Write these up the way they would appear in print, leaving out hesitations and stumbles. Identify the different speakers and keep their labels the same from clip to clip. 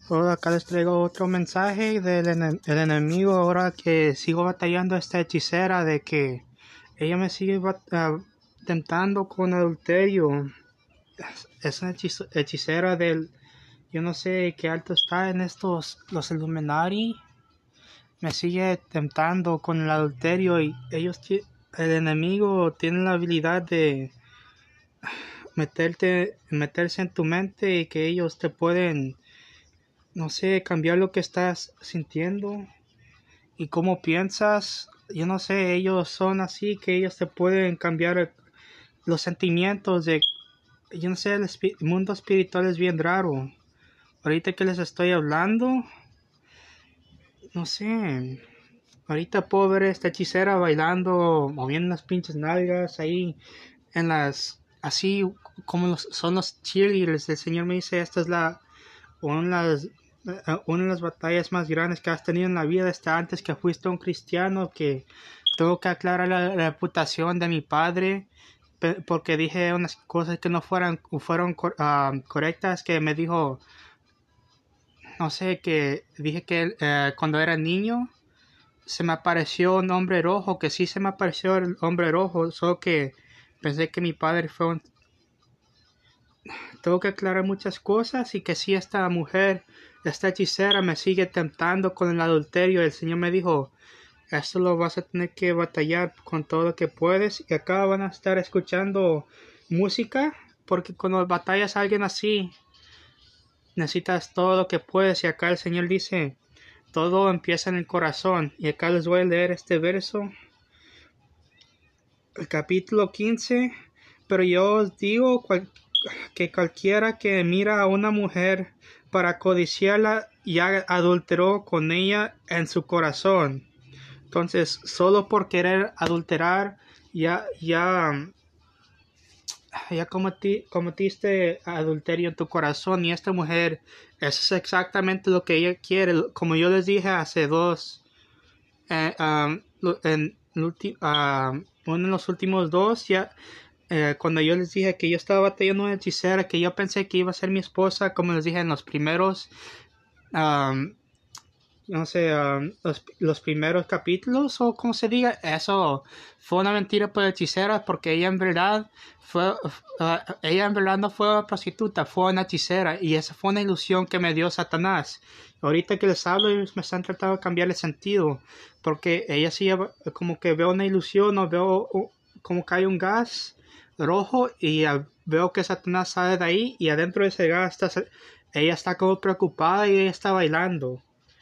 Speaker 1: Hola, acá les traigo otro mensaje del enemigo ahora que sigo batallando a esta hechicera de que ella me sigue tentando con adulterio. Es una hechicera del... Yo no sé qué alto está en los Illuminati. Me sigue tentando con el adulterio y el enemigo tiene la habilidad de meterse en tu mente y que ellos te pueden, no sé, cambiar lo que estás sintiendo y cómo piensas. Yo no sé, ellos son así que ellos te pueden cambiar los sentimientos de... Yo no sé, el mundo espiritual es bien raro. Ahorita que les estoy hablando, no sé, ahorita puedo ver a esta hechicera bailando, moviendo las pinches nalgas ahí en así como son los cheerleaders. El Señor me dice, esta es una de las batallas más grandes que has tenido en la vida. Está antes que fuiste un cristiano, que tengo que aclarar la reputación de mi padre porque dije unas cosas que no fueron correctas, que me dijo, no sé, que dije que cuando era niño se me apareció un hombre rojo, que sí se me apareció el hombre rojo, solo que pensé que mi padre fue un... Tengo que aclarar muchas cosas y que si esta mujer, esta hechicera me sigue tentando con el adulterio. El Señor me dijo, esto lo vas a tener que batallar con todo lo que puedes. Y acá van a estar escuchando música, porque cuando batallas a alguien así, necesitas todo lo que puedes. Y acá el Señor dice, todo empieza en el corazón. Y acá les voy a leer este verso, el capítulo 15. Pero yo os digo que cualquiera que mira a una mujer para codiciarla ya adulteró con ella en su corazón. Entonces, solo por querer adulterar ya cometiste adulterio en tu corazón. Y esta mujer, eso es exactamente lo que ella quiere. Como yo les dije hace uno de los últimos dos, cuando yo les dije que yo estaba batallando una hechicera, que yo pensé que iba a ser mi esposa, como les dije en los primeros, no sé, los primeros capítulos, o como se diga, eso fue una mentira por la hechicera, porque ella en verdad no fue una prostituta, fue una hechicera, y esa fue una ilusión que me dio Satanás. Ahorita que les hablo, ellos me están tratando de cambiar el sentido, porque ella sí, como que veo una ilusión, o veo como que hay un gas rojo, y veo que Satanás sale de ahí, y adentro de ese gas ella está como preocupada y ella está bailando.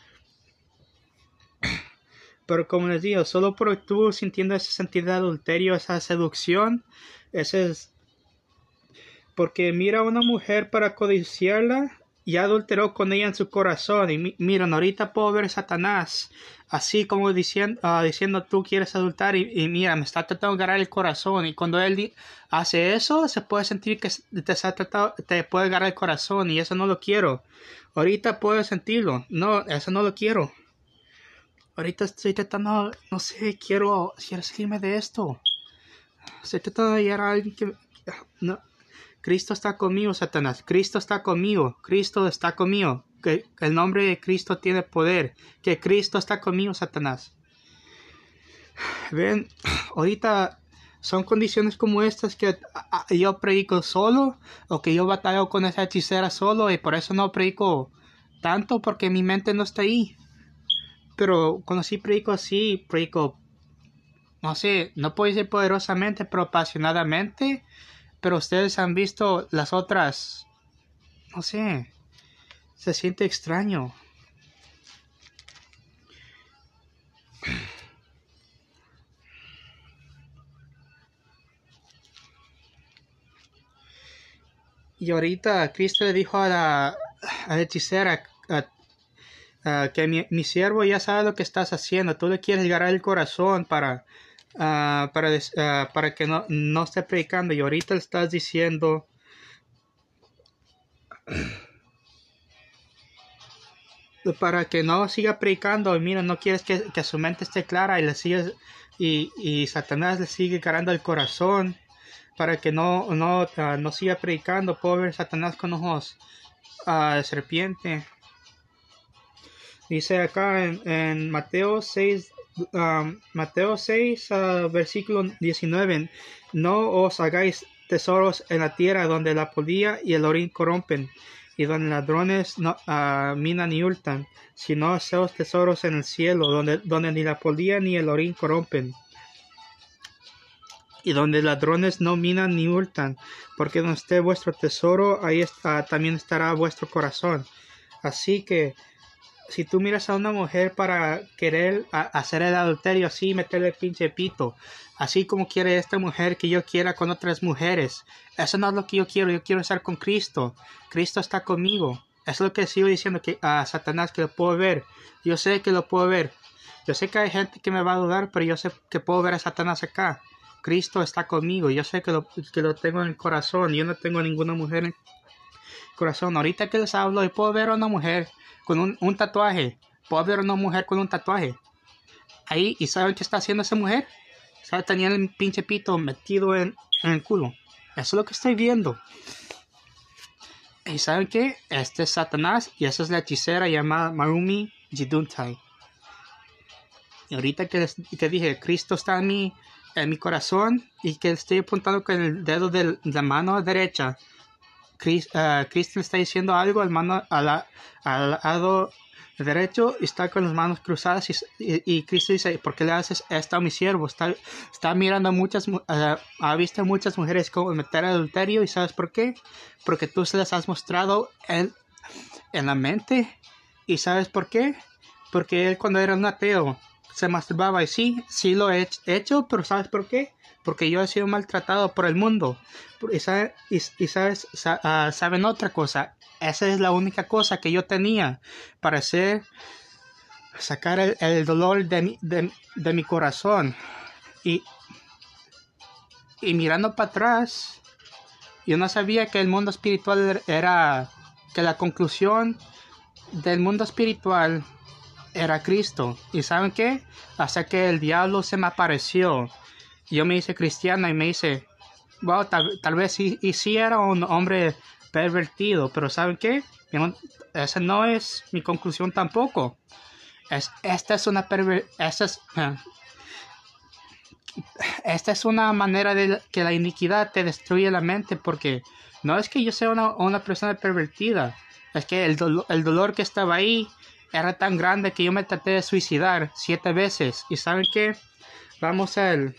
Speaker 1: Pero como les digo, solo por tú sintiendo ese sentido de adulterio, esa seducción, ese es porque mira a una mujer para codiciarla y adulteró con ella en su corazón. Y miren, ahorita puedo ver a Satanás así como diciendo tú quieres adultar, y mira, me está tratando de agarrar el corazón. Y cuando él hace eso, se puede sentir que te puede agarrar el corazón, y eso no lo quiero. Ahorita puedo sentirlo. No, eso no lo quiero. Ahorita estoy tratando, no sé, quiero salirme de esto. Estoy tratando de hallar a alguien que... No. Cristo está conmigo, Satanás. Cristo está conmigo. Cristo está conmigo. Que el nombre de Cristo tiene poder. Que Cristo está conmigo, Satanás. Ven, ahorita son condiciones como estas que yo predico solo, o que yo batallo con esa hechicera solo, y por eso no predico tanto, porque mi mente no está ahí. Pero cuando sí predico, no sé, no puedo decir poderosamente, pero apasionadamente. Pero ustedes han visto las otras, no sé, se siente extraño. Y ahorita Cristo le dijo a la hechicera que mi siervo ya sabe lo que estás haciendo. Tú le quieres agarrar el corazón para que no esté predicando. Y ahorita le estás diciendo para que no siga predicando. Y mira, no quieres que su mente esté clara, y le sigues, y Satanás le sigue agarrando el corazón para que no siga predicando. Puedo ver Satanás con ojos de serpiente. Dice acá en Mateo 6, versículo 19, no os hagáis tesoros en la tierra donde la polilla y el orín corrompen, y donde ladrones no, minan y hurtan, sino haceos tesoros en el cielo, donde ni la polilla ni el orín corrompen, y donde ladrones no minan ni hurtan, porque donde esté vuestro tesoro, ahí también estará vuestro corazón. Así que si tú miras a una mujer para querer hacer el adulterio, así meterle el pinche pito, así como quiere esta mujer que yo quiera con otras mujeres, eso no es lo que yo quiero estar con Cristo. Cristo está conmigo. Eso es lo que sigo diciendo que a Satanás, que lo puedo ver. Yo sé que lo puedo ver. Yo sé que hay gente que me va a dudar, pero yo sé que puedo ver a Satanás acá. Cristo está conmigo. Yo sé que lo tengo en el corazón. Yo no tengo ninguna mujer en el corazón. Ahorita que les hablo, yo puedo ver a una mujer con un tatuaje. Puedo ver a una mujer con un tatuaje. Ahí, ¿y saben qué está haciendo esa mujer? Tenía el pinche pito metido en el culo. Eso es lo que estoy viendo. ¿Y saben qué? Este es Satanás y esa es la hechicera llamada Marumi Jiduntai. Y ahorita que dije, Cristo está en mi corazón y que estoy apuntando con el dedo de la mano derecha, Cristo le está diciendo algo al lado derecho y está con las manos cruzadas y Cristo dice, ¿por qué le haces esto a mi siervo? Está mirando ha visto muchas mujeres cometer adulterio, y ¿sabes por qué? Porque tú se las has mostrado en la mente. ¿Y sabes por qué? Porque él, cuando era un ateo, se masturbaba, y sí lo he hecho, pero ¿sabes por qué? Porque yo he sido maltratado por el mundo. ¿Saben otra cosa? Esa es la única cosa que yo tenía para sacar el dolor de mi corazón. Y mirando para atrás, yo no sabía que el mundo espiritual que la conclusión del mundo espiritual era Cristo. ¿Y saben qué? Hasta que el diablo se me apareció, yo me hice cristiano y me hice, wow, tal vez sí era un hombre pervertido, pero ¿saben qué? Esa no es mi conclusión tampoco. Esta es una manera de que la iniquidad te destruye la mente, porque no es que yo sea una persona pervertida, es que el dolor que estaba ahí era tan grande que yo me traté de suicidar 7 veces. ¿Y saben qué? Vamos al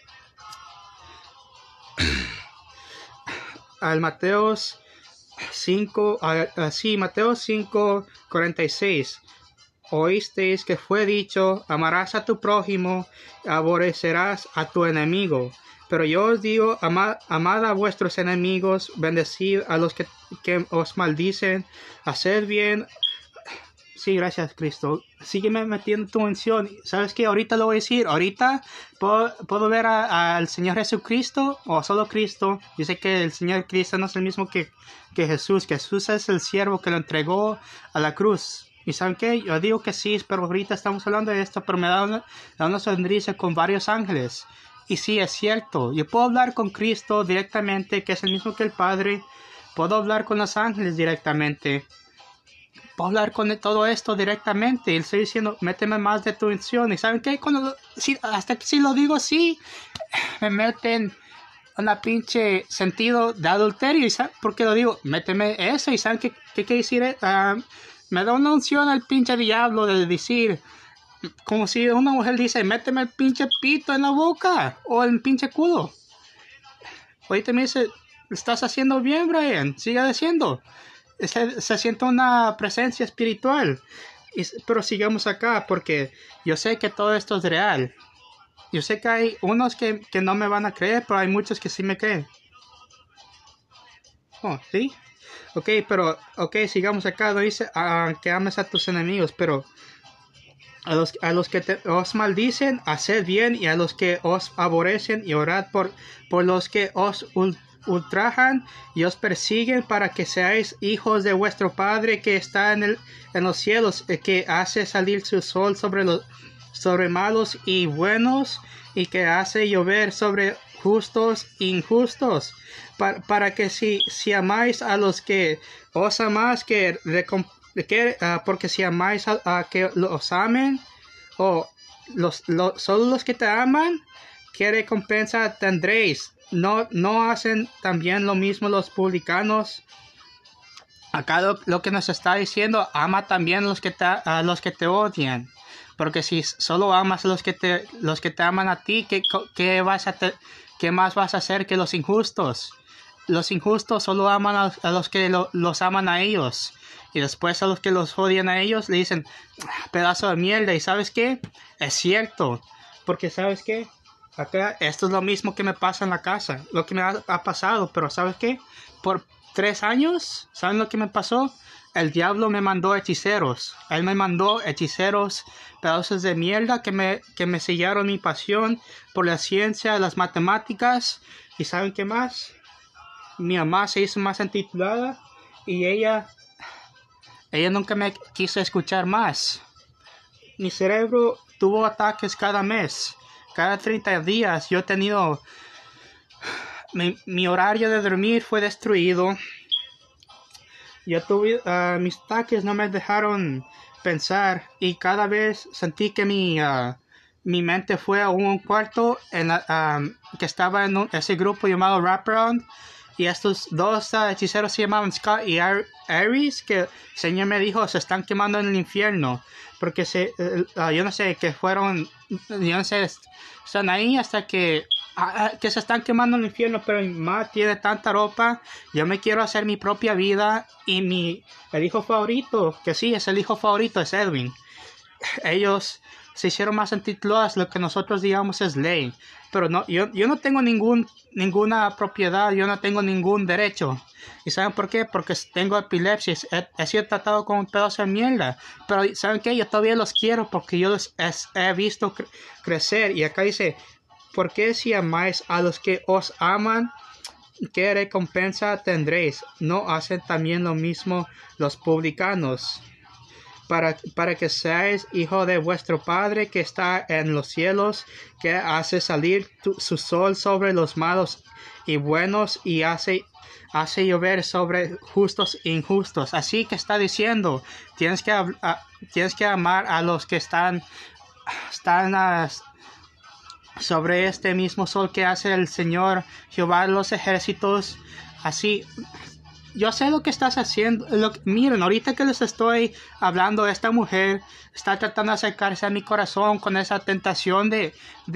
Speaker 1: Mateo 5, Mateo 5:46. Oísteis que fue dicho, amarás a tu prójimo, aborrecerás a tu enemigo. Pero yo os digo, amad a vuestros enemigos, bendecid a los que os maldicen, haced bien. Sí, gracias, Cristo. Sígueme metiendo tu mención. ¿Sabes qué? Ahorita lo voy a decir. Ahorita puedo ver al Señor Jesucristo o solo Cristo. Dice que el Señor Cristo no es el mismo que Jesús. Que Jesús es el siervo que lo entregó a la cruz. ¿Y saben qué? Yo digo que sí, pero ahorita estamos hablando de esto, pero me da una sonrisa con varios ángeles. Y sí, es cierto. Yo puedo hablar con Cristo directamente, que es el mismo que el Padre. Puedo hablar con los ángeles directamente. Puedo hablar con todo esto directamente. Y le estoy diciendo, méteme más de tu unción. ¿Y saben qué? Hasta que si lo digo así, me meten una pinche sentido de adulterio. ¿Y saben por qué lo digo? Méteme eso. ¿Y saben qué quiere decir? Me da una unción al pinche diablo de decir, como si una mujer dice, méteme el pinche pito en la boca o en el pinche culo. Ahorita me dice, estás haciendo bien, Brian, sigue haciendo. Se siente una presencia espiritual. Pero sigamos acá, porque yo sé que todo esto es real. Yo sé que hay unos que no me van a creer, pero hay muchos que sí me creen. Oh, ¿sí? Ok, sigamos acá. No dice que ames a tus enemigos, pero a los que os maldicen, haced bien, y a los que os aborrecen, y orad por los que os ultrajan y os persiguen, para que seáis hijos de vuestro Padre que está en los cielos, que hace salir su sol sobre malos y buenos, y que hace llover sobre justos e injustos, para que si amáis a los que os amáis, que porque si amáis a que los amen, o solo los que te aman, ¿qué recompensa tendréis? ¿No hacen también lo mismo los publicanos? Acá lo que nos está diciendo, ama también a los que te odian. Porque si solo amas a los que te aman a ti, ¿qué más vas a hacer que los injustos? Los injustos solo aman a los que los aman a ellos. Y después a los que los odian a ellos le dicen, pedazo de mierda. ¿Y sabes qué? Es cierto. Porque ¿sabes qué? Acá esto es lo mismo que me pasa en la casa. Lo que me ha pasado. Pero ¿sabes qué? Por 3 años, ¿saben lo que me pasó? El diablo me mandó hechiceros. Él me mandó hechiceros, pedazos de mierda que me sellaron mi pasión por la ciencia, las matemáticas. ¿Y saben qué más? Mi mamá se hizo más intitulada y ella nunca me quiso escuchar más. Mi cerebro tuvo ataques cada mes. Cada 30 días yo he tenido... Mi horario de dormir fue destruido. Yo tuve... mis ataques no me dejaron pensar. Y cada vez sentí que mi mente fue a un cuarto que estaba en ese grupo llamado Wraparound. Y estos 2 hechiceros se llamaban Scott y Aries, que el Señor me dijo se están quemando en el infierno. Porque yo no sé, que fueron, yo no sé, están ahí hasta que se están quemando en el infierno. Pero mi mamá tiene tanta ropa, yo me quiero hacer mi propia vida. Y el hijo favorito, que sí, es el hijo favorito, es Edwin. Ellos se hicieron más intitulados, lo que nosotros digamos es ley. Pero no, yo no tengo ninguna propiedad, yo no tengo ningún derecho. ¿Y saben por qué? Porque tengo epilepsia, he sido tratado como un pedazo de mierda. Pero ¿saben qué? Yo todavía los quiero porque yo los he visto crecer. Y acá dice, ¿por qué si amáis a los que os aman, qué recompensa tendréis? ¿No hacen también lo mismo los publicanos? Para que seáis hijo de vuestro Padre que está en los cielos, que hace salir su sol sobre los malos y buenos y hace llover sobre justos e injustos. Así que está diciendo, tienes que amar a los que están sobre este mismo sol que hace el Señor Jehová de los ejércitos. Así. Yo sé lo que estás haciendo. Miren, ahorita que les estoy hablando, esta mujer está tratando de acercarse a mi corazón con esa tentación de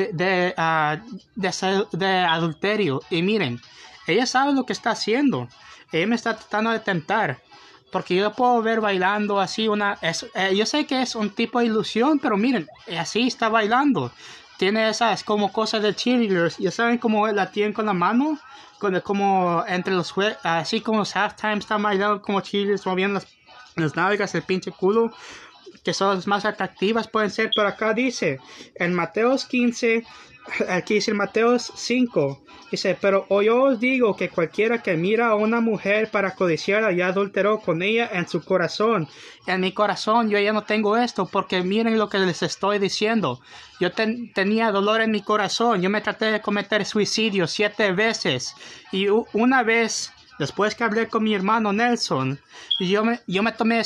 Speaker 1: adulterio. Y miren, ella sabe lo que está haciendo. Ella me está tratando de tentar. Porque yo la puedo ver bailando así. Yo sé que es un tipo de ilusión, pero miren, así está bailando. Tiene esas como cosas de cheerleaders. ¿Ya saben cómo la tienen con la mano? Como entre los juegos, así como los halftime están bailando como cheerleaders, moviendo las nalgas, el pinche culo, que son las más atractivas pueden ser. Pero acá dice, en Mateos 15, aquí dice en Mateos 5, dice, pero yo os digo que cualquiera que mira a una mujer para codiciarla ya adulteró con ella en su corazón. En mi corazón yo ya no tengo esto, porque miren lo que les estoy diciendo. Yo tenía dolor en mi corazón. Yo me traté de cometer suicidio 7 veces. Y una vez, después que hablé con mi hermano Nelson, yo me tomé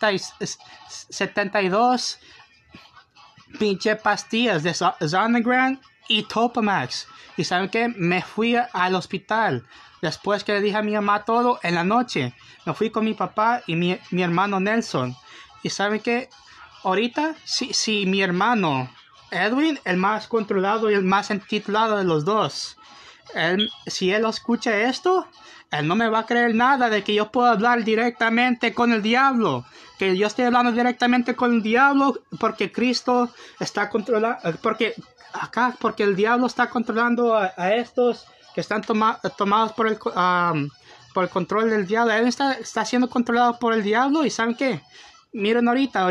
Speaker 1: 72 pinche pastillas de Zonegran y Topamax. Y ¿saben qué? Me fui al hospital. Después que le dije a mi mamá todo, en la noche me fui con mi papá y mi hermano Nelson. Y ¿saben qué? Ahorita, si mi hermano Edwin, el más controlado y el más intitulado de los dos, si él escucha esto, él no me va a creer nada de que yo puedo hablar directamente con el diablo. Que yo estoy hablando directamente con el diablo porque Cristo está controlando, porque el diablo está controlando a estos que están tomados por el control del diablo. Él está siendo controlado por el diablo. Y ¿saben qué? Miren ahorita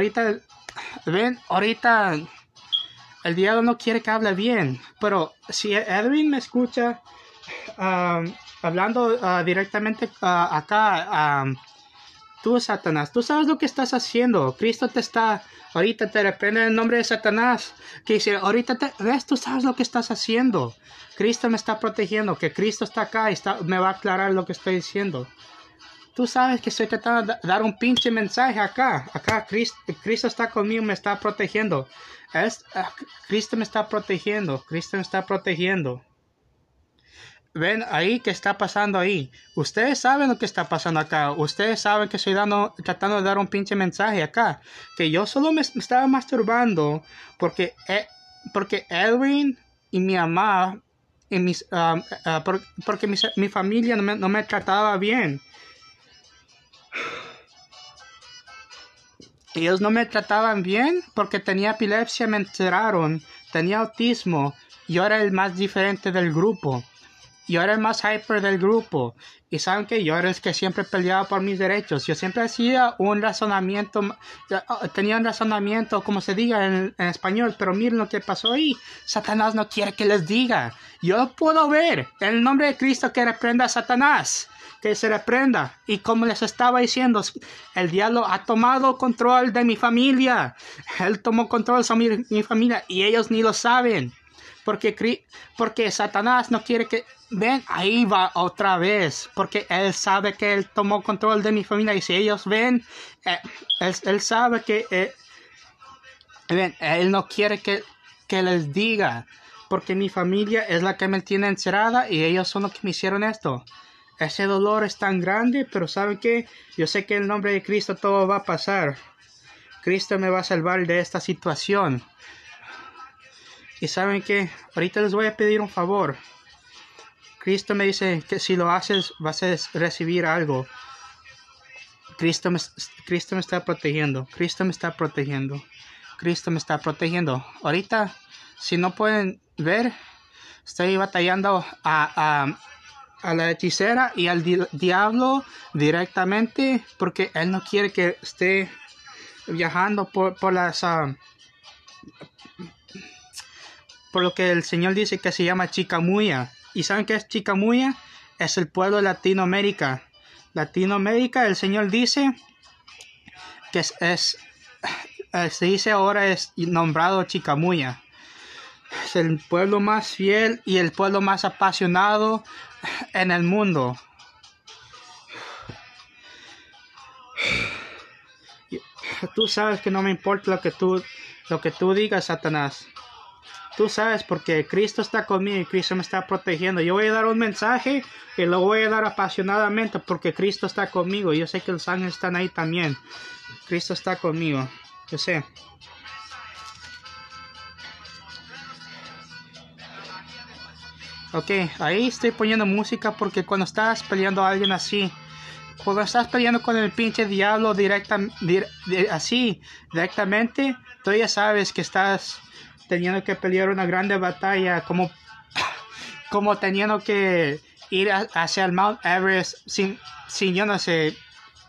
Speaker 1: el diablo no quiere que hable bien. Pero si Edwin me escucha hablando directamente acá, tú, Satanás, tú sabes lo que estás haciendo. Cristo ahorita te reprende en el nombre de Satanás. Que dice, ahorita ves, tú sabes lo que estás haciendo. Cristo me está protegiendo, que Cristo está acá y me va a aclarar lo que estoy diciendo. Tú sabes que estoy tratando de dar un pinche mensaje acá. Acá Cristo está conmigo, me está protegiendo. Cristo me está protegiendo. Cristo me está protegiendo. Ven ahí qué está pasando ahí. Ustedes saben lo que está pasando acá. Ustedes saben que estoy tratando de dar un pinche mensaje acá. Que yo solo me estaba masturbando porque Edwin y mi mamá y porque mi familia no me trataba bien. Ellos no me trataban bien porque tenía epilepsia, me enteraron. Tenía autismo. Yo era el más diferente del grupo. Yo era el más hyper del grupo. Y saben que yo era el que siempre peleaba por mis derechos. Yo siempre hacía un razonamiento. Tenía un razonamiento, como se diga en español. Pero miren lo que pasó ahí. Satanás no quiere que les diga. Yo puedo ver. En el nombre de Cristo que reprenda a Satanás. Que se reprenda. Y como les estaba diciendo, el diablo ha tomado control de mi familia. Él tomó control de mi familia. Y ellos ni lo saben. Porque Satanás no quiere que... Ven, ahí va otra vez. Porque él sabe que él tomó control de mi familia. Y si ellos ven, él sabe que... ven, él no quiere que les diga. Porque mi familia es la que me tiene encerrada. Y ellos son los que me hicieron esto. Ese dolor es tan grande. Pero ¿saben qué? Yo sé que en el nombre de Cristo todo va a pasar. Cristo me va a salvar de esta situación. Y ¿saben qué? Ahorita les voy a pedir un favor. Cristo me dice que si lo haces vas a recibir algo. Cristo me está protegiendo. Cristo me está protegiendo. Cristo me está protegiendo. Ahorita, si no pueden ver, estoy batallando a la hechicera y al diablo directamente porque él no quiere que esté viajando por las... por lo que el Señor dice que se llama Chicamuya. ¿Y saben qué es Chicamuya? Es el pueblo de Latinoamérica. Latinoamérica, el Señor dice que se dice ahora es nombrado Chicamuya. Es el pueblo más fiel y el pueblo más apasionado en el mundo. Tú sabes que no me importa lo que tú digas, Satanás. Tú sabes porque Cristo está conmigo y Cristo me está protegiendo. Yo voy a dar un mensaje y lo voy a dar apasionadamente porque Cristo está conmigo. Yo sé que los ángeles están ahí también. Cristo está conmigo. Yo sé. Ok, ahí estoy poniendo música porque cuando estás peleando a alguien así, cuando estás peleando con el pinche diablo así, directamente, tú ya sabes que estás teniendo que pelear una grande batalla, como teniendo que ir hacia el Mount Everest sin yo no sé,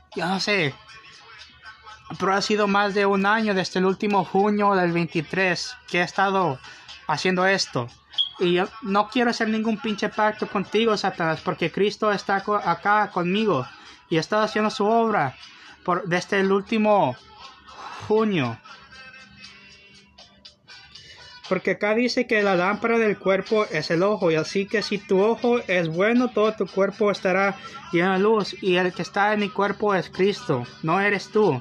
Speaker 1: pero ha sido más de un año desde el último junio del 23 que he estado haciendo esto. Y yo no quiero hacer ningún pinche pacto contigo, Satanás, porque Cristo está acá conmigo y ha estado haciendo su obra desde el último junio. Porque acá dice que la lámpara del cuerpo es el ojo, y así que si tu ojo es bueno, todo tu cuerpo estará lleno de luz, y el que está en mi cuerpo es Cristo, no eres tú.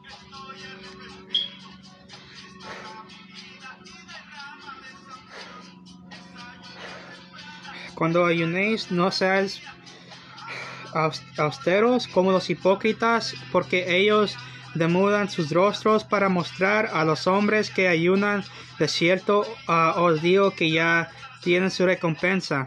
Speaker 1: Cuando ayunéis, no seáis austeros como los hipócritas, porque ellos demudan sus rostros para mostrar a los hombres que ayunan. De cierto os digo que ya tienen su recompensa.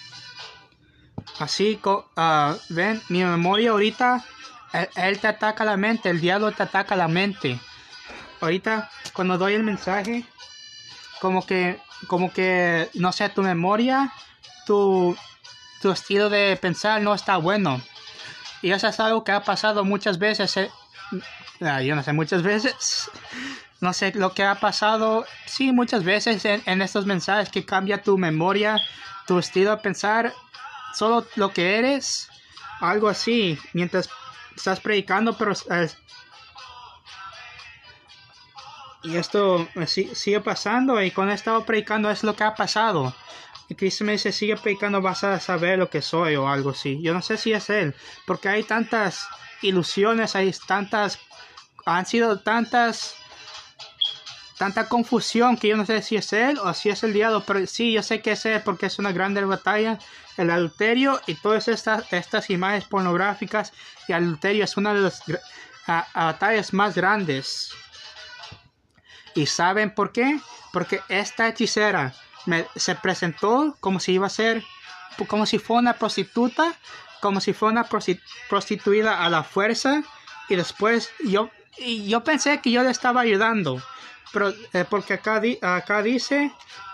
Speaker 1: Así, ven, mi memoria ahorita, él te ataca la mente, el diablo te ataca la mente. Ahorita, cuando doy el mensaje, como que no sé, tu memoria, tu estilo de pensar no está bueno. Y eso es algo que ha pasado muchas veces. Yo no sé, muchas veces. No sé lo que ha pasado. Sí, muchas veces en estos mensajes que cambia tu memoria, tu estilo de pensar, solo lo que eres. Algo así, mientras estás predicando, pero... y esto sigue pasando, y cuando he estado predicando es lo que ha pasado. Y Cristo me dice, sigue predicando, vas a saber lo que soy o algo así. Yo no sé si es Él, porque hay tantas ilusiones, han sido tanta confusión que yo no sé si es Él o si es el diablo, pero sí, yo sé que es Él porque es una grande batalla, el adulterio y todas estas imágenes pornográficas, y el adulterio es una de las batallas más grandes. ¿Y saben por qué? Porque esta hechicera se presentó como si iba a ser, como si fuera una prostituta, como si fuera una prostituida a la fuerza, y después yo pensé que yo le estaba ayudando, pero porque acá dice,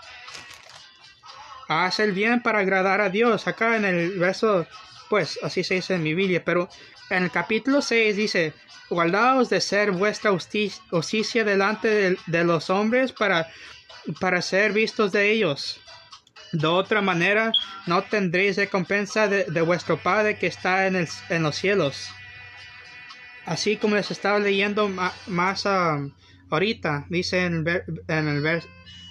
Speaker 1: haz el bien para agradar a Dios, acá en el verso, pues así se dice en mi Biblia, pero en el capítulo 6 dice, guardaos de ser vuestra justicia delante de los hombres para ser vistos de ellos. De otra manera, no tendréis recompensa de vuestro Padre que está en los cielos. Así como les estaba leyendo más ahorita, dice en el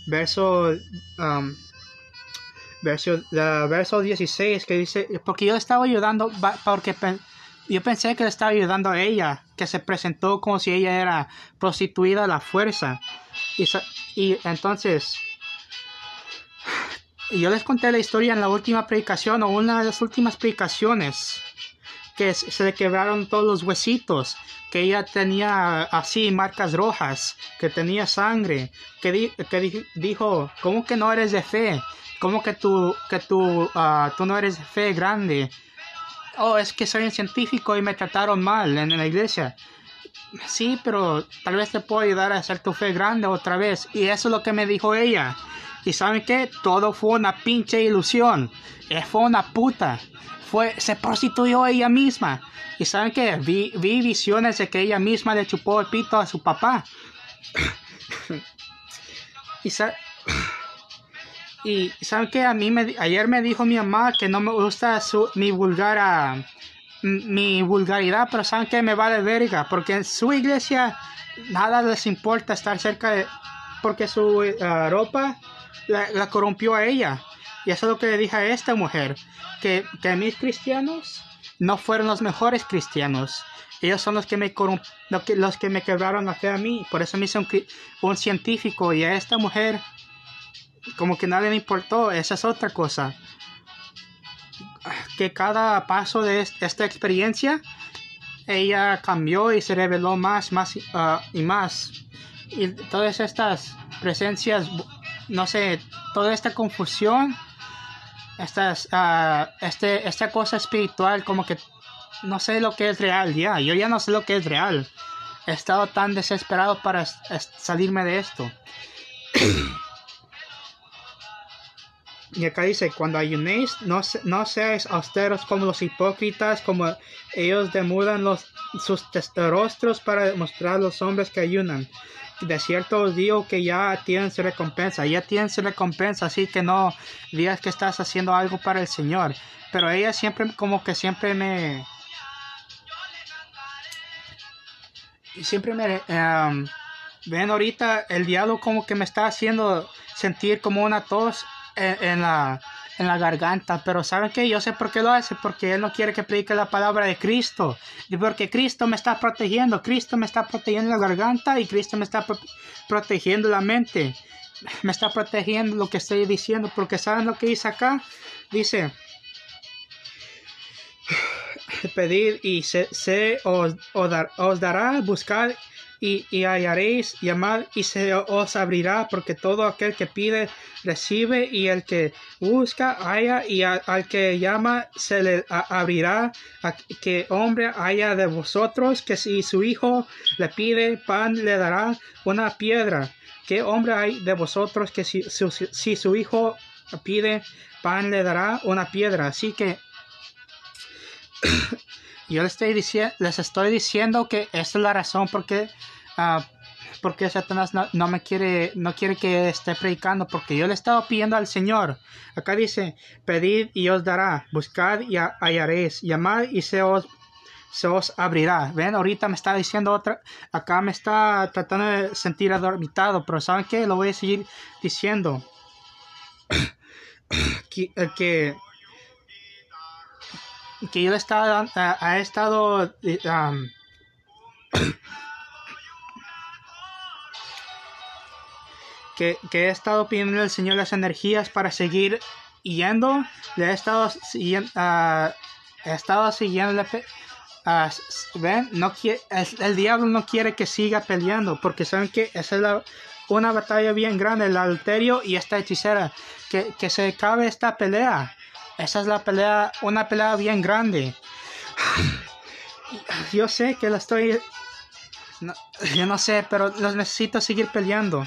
Speaker 1: verso 16, que dice, porque yo estaba ayudando, porque yo pensé que le estaba ayudando a ella, que se presentó como si ella era prostituida a la fuerza. Y entonces, yo les conté la historia en la última predicación, o una de las últimas predicaciones, que se le quebraron todos los huesitos, que ella tenía así marcas rojas, que tenía sangre, que dijo, ¿cómo que no eres de fe? ¿Cómo que tú no eres de fe grande? Oh, es que soy un científico y me trataron mal en la iglesia. Sí, pero tal vez te puedo ayudar a hacer tu fe grande otra vez. Y eso es lo que me dijo ella. ¿Y saben qué? Todo fue una pinche ilusión. Fue una puta. Se prostituyó ella misma. ¿Y saben qué? Vi visiones de que ella misma le chupó el pito a su papá. Y ¿saben qué? Ayer me dijo mi mamá que no me gusta mi vulgaridad, pero ¿saben qué? Me vale verga, porque en su iglesia nada les importa estar cerca de... porque su ropa la corrompió a ella. Y eso es lo que le dije a esta mujer, que mis cristianos no fueron los mejores cristianos. Ellos son los que me quebraron la fe a mí. Por eso me hice un científico, y a esta mujer como que nadie le importó. Esa es otra cosa, que cada paso de esta experiencia ella cambió y se reveló más y más, y todas estas presencias, no sé, toda esta confusión, esta cosa espiritual, como que no sé lo que es real. Yo ya no sé lo que es real. He estado tan desesperado para salirme de esto. Y acá dice, cuando ayunéis, no seáis austeros como los hipócritas, como ellos demudan sus rostros para demostrar a los hombres que ayunan. De cierto os digo que ya tienen su recompensa, así que no digas que estás haciendo algo para el Señor. Pero ella siempre me ven ahorita, el diablo como que me está haciendo sentir como una tos en la garganta, pero ¿saben qué? Yo sé por qué lo hace, porque él no quiere que predique la palabra de Cristo, y porque Cristo me está protegiendo la garganta, y Cristo me está protegiendo la mente, me está protegiendo lo que estoy diciendo, porque ¿saben lo que dice acá? Dice, pedid y os dará, buscad y hallaréis, llamad y se os abrirá, porque todo aquel que pide recibe, y el que busca halla, y al que llama se le abrirá. ¿Qué hombre haya de vosotros que si su hijo le pide pan le dará una piedra? ¿Qué hombre hay de vosotros que si su hijo pide pan le dará una piedra? Así que yo les estoy diciendo que esta es la razón porque Satanás no quiere que esté predicando, porque yo le estaba pidiendo al Señor. Acá dice, pedid y os dará, buscad y hallaréis, llamad y se os abrirá. Ven, ahorita me está diciendo acá me está tratando de sentir adormitado, pero ¿saben qué? Lo voy a seguir diciendo. que yo ha estado que he estado pidiendo al Señor las energías para seguir yendo. Le he estado siguiendo, ven, el diablo no quiere que siga peleando, porque saben que esa es una batalla bien grande, el adulterio y esta hechicera. Que se acabe esta pelea. Esa es la pelea, una pelea bien grande. Yo sé que yo no sé, pero los necesito seguir peleando.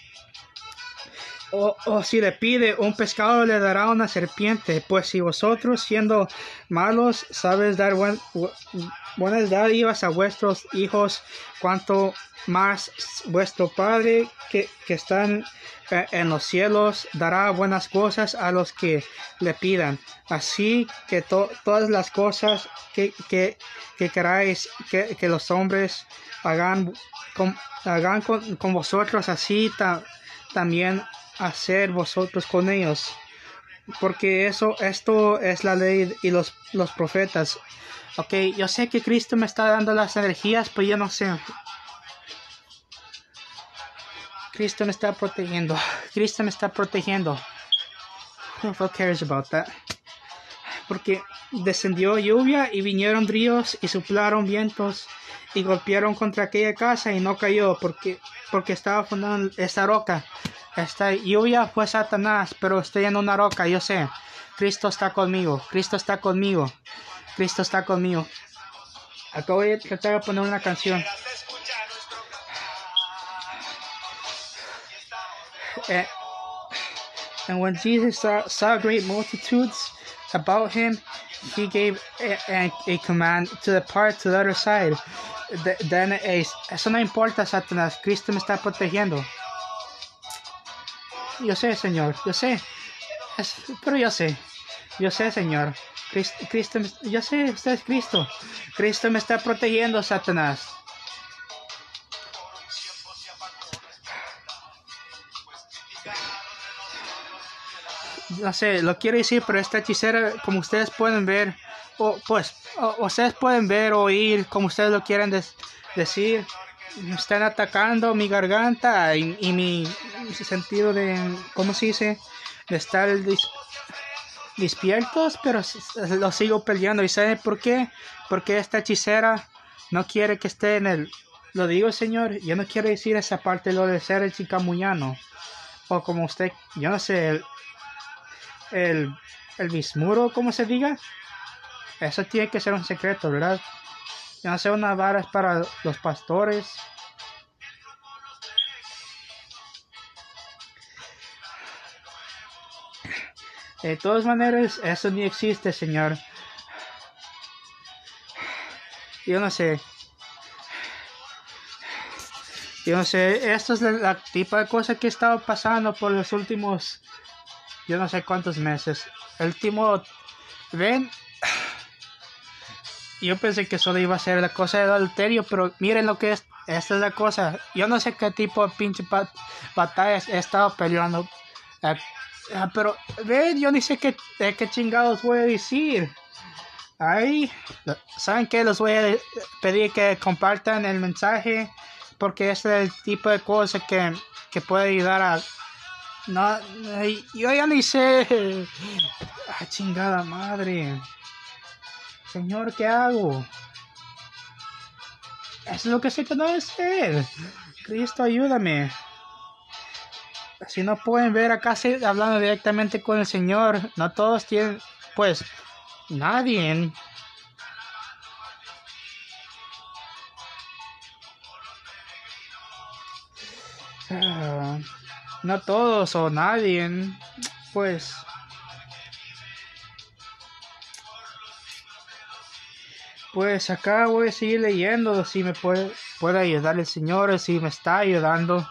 Speaker 1: O si le pide un pescado, le dará una serpiente. Pues si vosotros, siendo malos, sabes dar buenas dádivas a vuestros hijos, cuanto más vuestro Padre que está en los cielos dará buenas cosas a los que le pidan. Así que todas las cosas que queráis que los hombres hagan con vosotros, así también hacer vosotros con ellos, porque esto es la ley y los profetas. Ok, yo sé que Cristo me está dando las energías, pero yo no sé. Cristo me está protegiendo. Cristo me está protegiendo. Who cares about that? Porque descendió lluvia y vinieron ríos y soplaron vientos y golpearon contra aquella casa y no cayó porque estaba fundada esta roca. Esta lluvia fue Satanás, pero estoy en una roca, yo sé. Cristo está conmigo, Cristo está conmigo, Cristo está conmigo. Acá voy a tratar de poner una canción. And when Jesus saw great multitudes about him, he gave a command to depart to the other side. Eso no importa, Satanás. Cristo me está protegiendo. Yo sé, Señor, yo sé. Pero yo sé, Señor. Cristo, yo sé, usted es Cristo. Cristo me está protegiendo, Satanás. No sé, lo quiero decir, pero esta hechicera, como ustedes pueden ver, ustedes pueden ver o oír, como ustedes lo quieren decir, me están atacando mi garganta y mi sentido de, ¿cómo se dice? De estar despiertos, pero lo sigo peleando. ¿Y saben por qué? Porque esta hechicera no quiere que esté en el... Lo digo, Señor, yo no quiero decir esa parte, lo de ser el chicamuñano, o como usted, yo no sé, el bismuro, como se diga. Eso tiene que ser un secreto, ¿verdad? Yo no sé, unas varas para los pastores. De todas maneras, eso ni existe, Señor. Yo no sé. Esto es la tipo de cosa que he estado pasando por los últimos, yo no sé cuántos meses. El último, ven, yo pensé que solo iba a ser la cosa del adulterio, pero miren lo que es. Esta es la cosa. Yo no sé qué tipo de pinche batallas he estado peleando. Pero ven, yo ni sé qué chingados voy a decir. Ay, ¿saben qué? Les voy a pedir que compartan el mensaje, porque este es el tipo de cosa que puede ayudar a... No, yo ya ni sé. Chingada madre. Señor, ¿qué hago? Eso es lo que sé que no hacer. Cristo, ayúdame. Si no pueden ver acá hablando directamente con el Señor, no todos tienen, pues, nadie. No todos o nadie, pues. Pues acá voy a seguir leyendo, si me puede ayudar el Señor, si me está ayudando.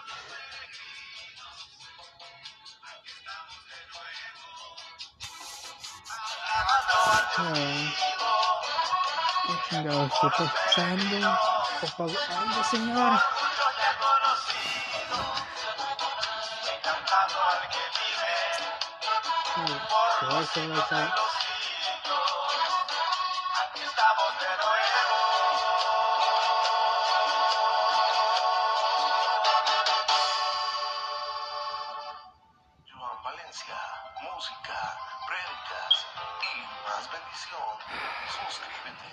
Speaker 1: ¿Qué chingados estoy pasando? Por favor, Señor. Fuerza, fuerza.
Speaker 2: Aquí estamos de nuevo. Joan Valencia, música, prédicas y más bendición. Suscríbete.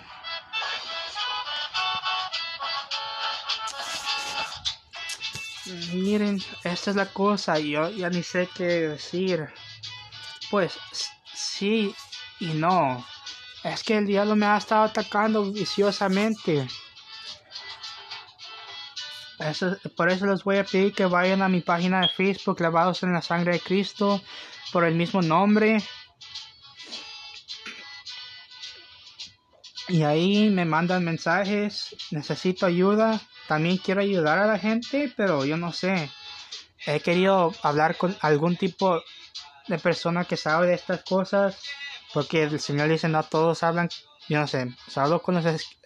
Speaker 1: Miren, esta es la cosa, yo ya ni sé qué decir. Pues sí y no. Es que el diablo me ha estado atacando viciosamente. Por eso les voy a pedir que vayan a mi página de Facebook, Lavados en la Sangre de Cristo, por el mismo nombre. Y ahí me mandan mensajes, necesito ayuda. También quiero ayudar a la gente, pero yo no sé. He querido hablar con algún tipo de persona que sabe de estas cosas, porque el Señor dice no todos hablan, yo no sé, hablo con los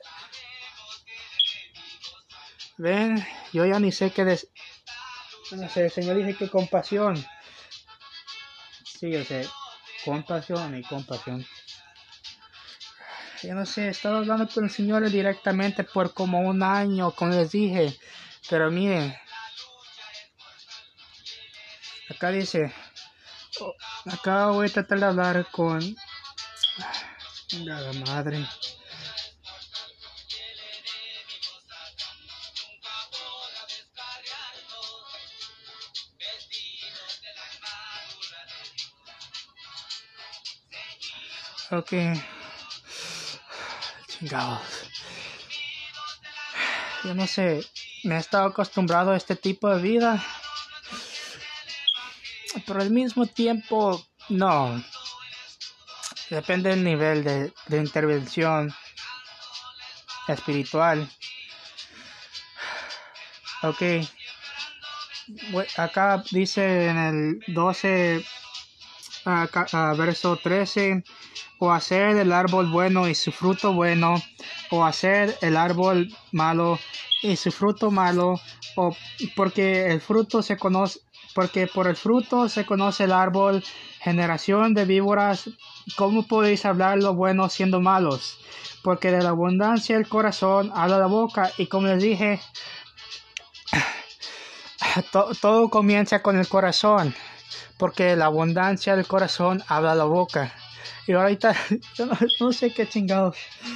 Speaker 1: ven, yo ya ni sé qué no sé, el Señor dice que compasión, sí, yo sé, compasión y compasión. Yo no sé, he estado hablando con el Señor directamente por como un año, como les dije, pero miren, acá dice, acá voy a tratar de hablar con la madre. Ok, chingados. Yo no sé, me he estado acostumbrado a este tipo de vida, pero al mismo tiempo, no. Depende del nivel de intervención espiritual. Ok, acá dice en el 12, verso 13, o hacer el árbol bueno y su fruto bueno, o hacer el árbol malo y su fruto malo, o porque el fruto se conoce, porque por el fruto se conoce el árbol. Generación de víboras, ¿cómo podéis hablar lo bueno siendo malos? Porque de la abundancia del corazón habla la boca. Y como les dije, todo comienza con el corazón, porque la abundancia del corazón habla la boca. Y ahorita yo no sé qué chingados,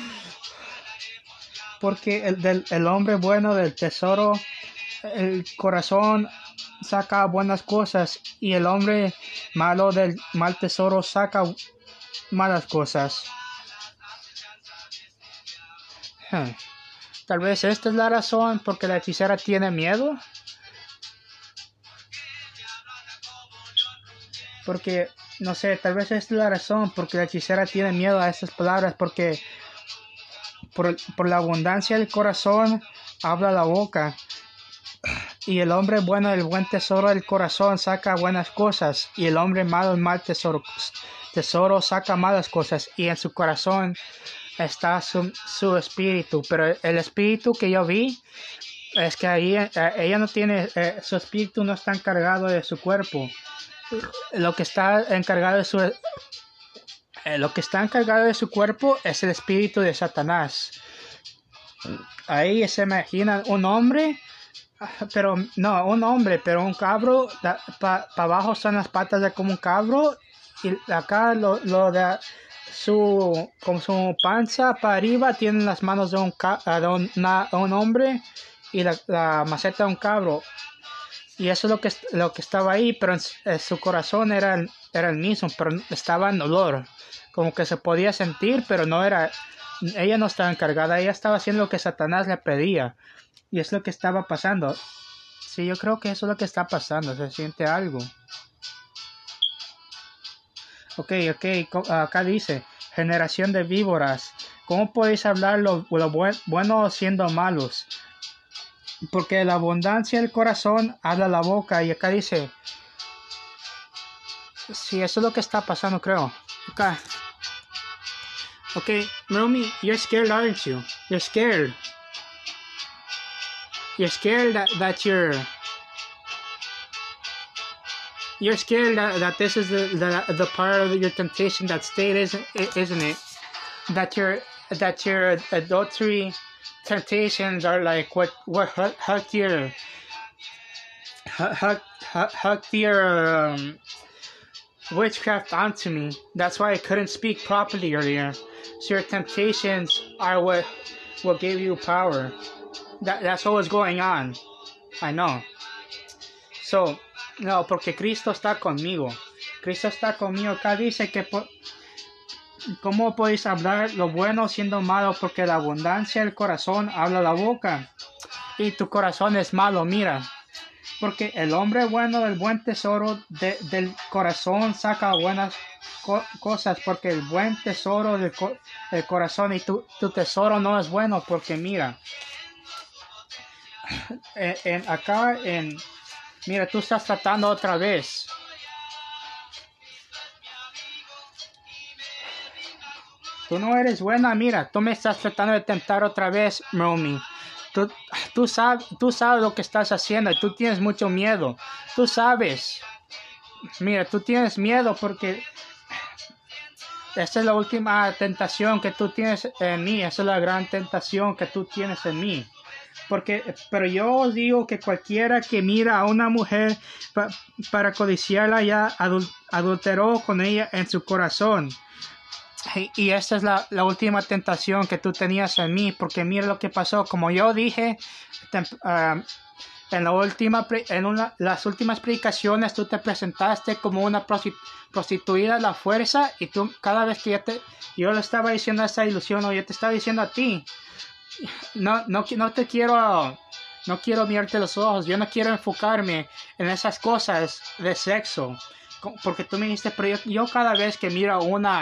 Speaker 1: porque el hombre bueno del tesoro, el corazón saca buenas cosas, y el hombre malo del mal tesoro saca malas cosas. Tal vez esta es la razón porque la hechicera tiene miedo. Porque, no sé, tal vez esta es la razón porque la hechicera tiene miedo a estas palabras, porque por la abundancia del corazón habla la boca. Y el hombre bueno del buen tesoro del corazón saca buenas cosas, y el hombre malo del mal tesoro saca malas cosas, y en su corazón está su espíritu. Pero el espíritu que yo vi es que ahí ella no tiene, su espíritu no está encargado de su cuerpo. Lo que está encargado de su cuerpo es el espíritu de Satanás. Ahí se imagina un hombre, pero no, pero un cabro, para abajo son las patas de como un cabro, y acá lo de con su panza para arriba tienen las manos de un hombre, y la maceta de un cabro. Y eso es lo que estaba ahí, pero en su corazón era el mismo, pero estaba en dolor. Como que se podía sentir, pero no era. Ella no estaba encargada, ella estaba haciendo lo que Satanás le pedía. Y es lo que estaba pasando. Sí, yo creo que eso es lo que está pasando, se siente algo. Ok, acá dice, generación de víboras, ¿cómo podéis hablar lo bueno siendo malos? Porque de la abundancia del corazón habla la boca. Y acá dice, sí, eso es lo que está pasando, creo. Acá. Okay, Romy, you're scared, aren't you? You're scared. You're scared that you're scared that this is the part of your temptation that state, isn't it? That your adultery temptations are like what hooked your witchcraft onto me. That's why I couldn't speak properly earlier. So your temptations are what gave you power. That's what was going on. I know. So, no, porque Cristo está conmigo. Cristo está conmigo. Acá dice que ¿cómo podéis hablar lo bueno siendo malo? Porque la abundancia del corazón habla la boca. Y tu corazón es malo, mira. Porque el hombre bueno del buen tesoro del corazón saca buenas cosas. Porque el buen tesoro del corazón y tu tesoro no es bueno. Porque mira, mira, tú estás tratando otra vez. Tú no eres buena, mira, tú me estás tratando de tentar otra vez, Romy. Tú sabes lo que estás haciendo y tú tienes mucho miedo. Tú sabes. Mira, tú tienes miedo porque esa es la última tentación que tú tienes en mí. Esa es la gran tentación que tú tienes en mí. Pero yo os digo que cualquiera que mira a una mujer para codiciarla ya adulteró con ella en su corazón. Y esta es la última tentación que tú tenías en mí, porque mira lo que pasó. Como yo dije, en las últimas predicaciones tú te presentaste como una prostituida a la fuerza, y tú cada vez que yo le estaba diciendo esa ilusión, o yo te estaba diciendo a ti, no quiero mirarte los ojos, yo no quiero enfocarme en esas cosas de sexo, porque tú me dijiste, pero yo cada vez que miro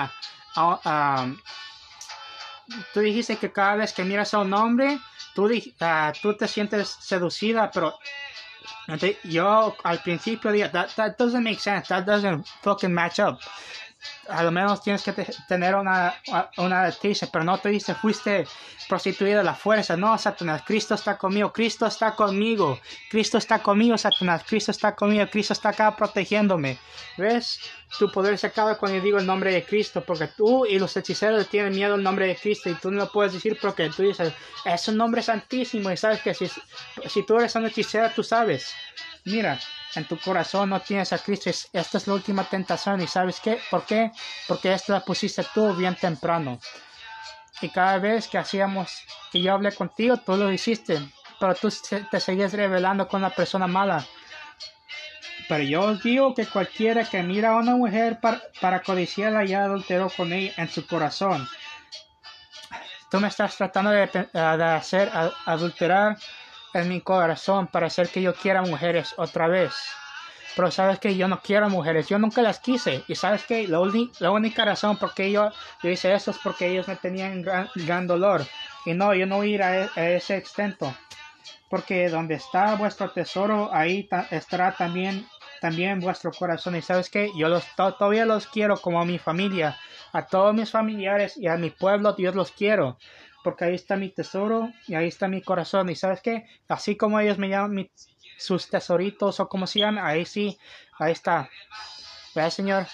Speaker 1: tú dijiste que cada vez que miras a un hombre, tú te sientes seducida, pero yo al principio dije, that doesn't make sense, that doesn't fucking match up. A lo menos tienes que tener una adaptación, pero no te dice fuiste prostituida a la fuerza. No, Satanás, Cristo está conmigo, Cristo está conmigo, Cristo está conmigo, Satanás, Cristo está conmigo, Cristo está acá protegiéndome. ¿Ves? Tu poder se acaba cuando yo digo el nombre de Cristo, porque tú y los hechiceros tienen miedo al nombre de Cristo y tú no lo puedes decir porque tú dices, es un nombre santísimo, y sabes que si tú eres un hechicero, tú sabes. Mira, en tu corazón no tienes a Cristo. Esta es la última tentación. ¿Y sabes qué? ¿Por qué? Porque esta la pusiste tú bien temprano. Y cada vez que yo hablé contigo, tú lo hiciste. Pero tú te seguías revelando con una persona mala. Pero yo os digo que cualquiera que mira a una mujer para codiciarla ya adulteró con ella en su corazón. Tú me estás tratando de hacer adulterar en mi corazón para hacer que yo quiera mujeres otra vez. Pero sabes que yo no quiero mujeres, yo nunca las quise. Y sabes que la única razón por qué yo hice eso es porque ellos me tenían gran dolor. Y no, yo no voy a ir a ese extento. Porque donde está vuestro tesoro, ahí estará también vuestro corazón. Y sabes que yo todavía los quiero como a mi familia, a todos mis familiares y a mi pueblo. Dios los quiero, porque ahí está mi tesoro y ahí está mi corazón. Y sabes qué, así como ellos me llaman sus tesoritos o como se llaman, ahí sí, ahí está. ¿Ves, Señor?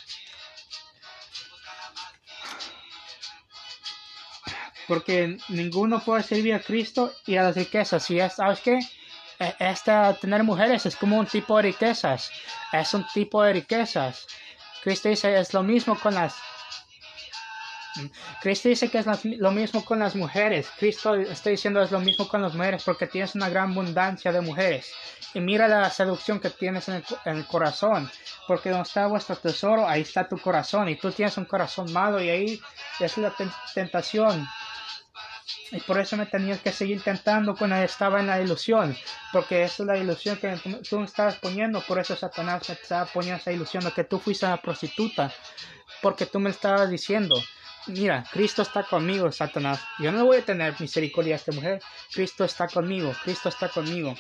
Speaker 1: Porque ninguno puede servir a Cristo y a las riquezas. Y ¿sabes qué? Tener mujeres es como un tipo de riquezas. Es un tipo de riquezas. Cristo dice es lo mismo con las... Cristo dice que es lo mismo con las mujeres. Cristo está diciendo es lo mismo con las mujeres porque tienes una gran abundancia de mujeres. Y mira la seducción que tienes en el corazón. Porque donde está vuestro tesoro, ahí está tu corazón. Y tú tienes un corazón malo y ahí es la tentación. Y por eso me tenías que seguir tentando cuando estaba en la ilusión. Porque esa es la ilusión que tú me estabas poniendo. Por eso Satanás me estaba poniendo esa ilusión de que tú fuiste una prostituta. Porque tú me estabas diciendo, mira, Cristo está conmigo, Satanás. Yo no voy a tener misericordia a esta mujer. Cristo está conmigo, Cristo está conmigo.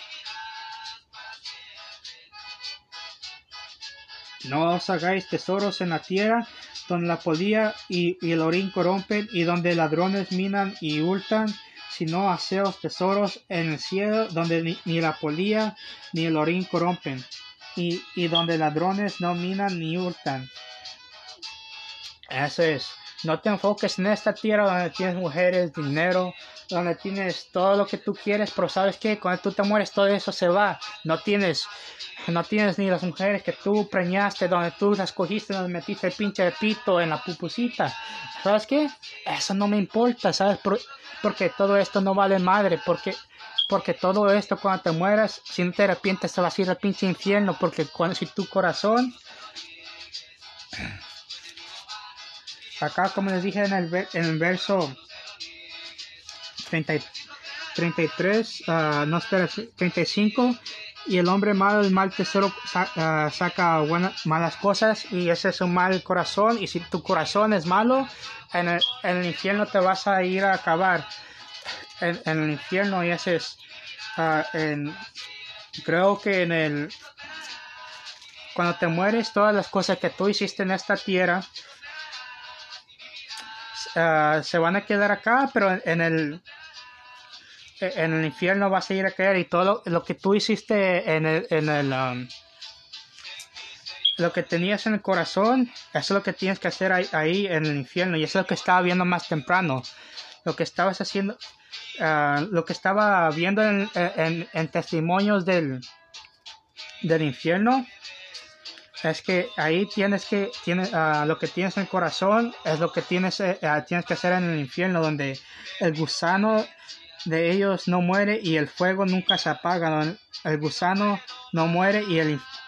Speaker 1: No os hagáis tesoros en la tierra, donde la polilla y el orín corrompen, y donde ladrones minan y hurtan, sino haceos tesoros en el cielo, donde ni la polilla ni el orín corrompen, y donde ladrones no minan ni hurtan. Eso es. No te enfoques en esta tierra donde tienes mujeres, dinero, donde tienes todo lo que tú quieres, pero sabes que cuando tú te mueres todo eso se va. No tienes ni las mujeres que tú preñaste, donde tú las cogiste, donde metiste el pinche pito en la pupusita. ¿Sabes qué? Eso no me importa, ¿sabes? Porque todo esto no vale madre, porque todo esto cuando te mueras, si no te arrepientes te vas a ir al pinche infierno, porque si tu corazón... Acá, como les dije en el verso 33, 35, y el hombre malo, el mal tesoro saca malas cosas, y ese es un mal corazón, y si tu corazón es malo, en el infierno te vas a ir a acabar en el infierno, y ese es, creo que cuando te mueres, todas las cosas que tú hiciste en esta tierra, se van a quedar acá, pero en el infierno vas a ir a caer, y todo lo que tú hiciste lo que tenías en el corazón, eso es lo que tienes que hacer ahí en el infierno, y eso es lo que estaba viendo más temprano, lo que estabas haciendo, lo que estaba viendo en testimonios del infierno. Es que ahí lo que tienes en el corazón es lo que tienes que hacer en el infierno, donde el gusano de ellos no muere y el fuego nunca se apaga, donde el gusano no muere y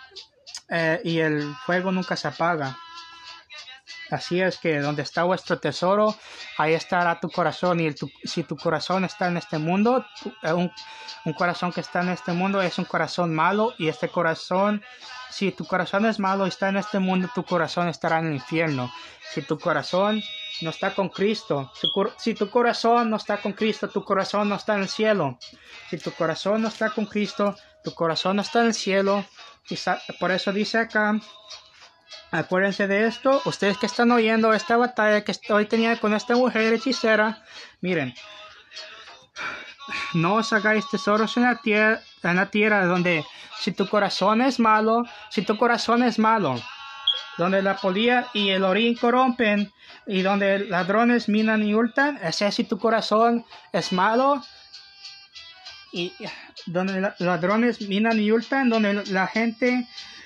Speaker 1: el fuego nunca se apaga. Así es que donde está vuestro tesoro, ahí estará tu corazón, y si tu corazón está en este mundo, un corazón que está en este mundo es un corazón malo, y este corazón, si tu corazón es malo y está en este mundo, tu corazón estará en el infierno. Si tu corazón no está con Cristo, si tu corazón no está con Cristo, tu corazón no está en el cielo. Si tu corazón no está con Cristo, tu corazón no está en el cielo. Y por eso dice acá, acuérdense de esto, ustedes que están oyendo esta batalla que hoy tenía con esta mujer hechicera, miren, no os hagáis tesoros en la tierra donde si tu corazón es malo, donde la polilla y el orín corrompen, y donde ladrones minan y hurtan, ese si tu corazón es malo, y donde ladrones minan y hurtan, donde la gente...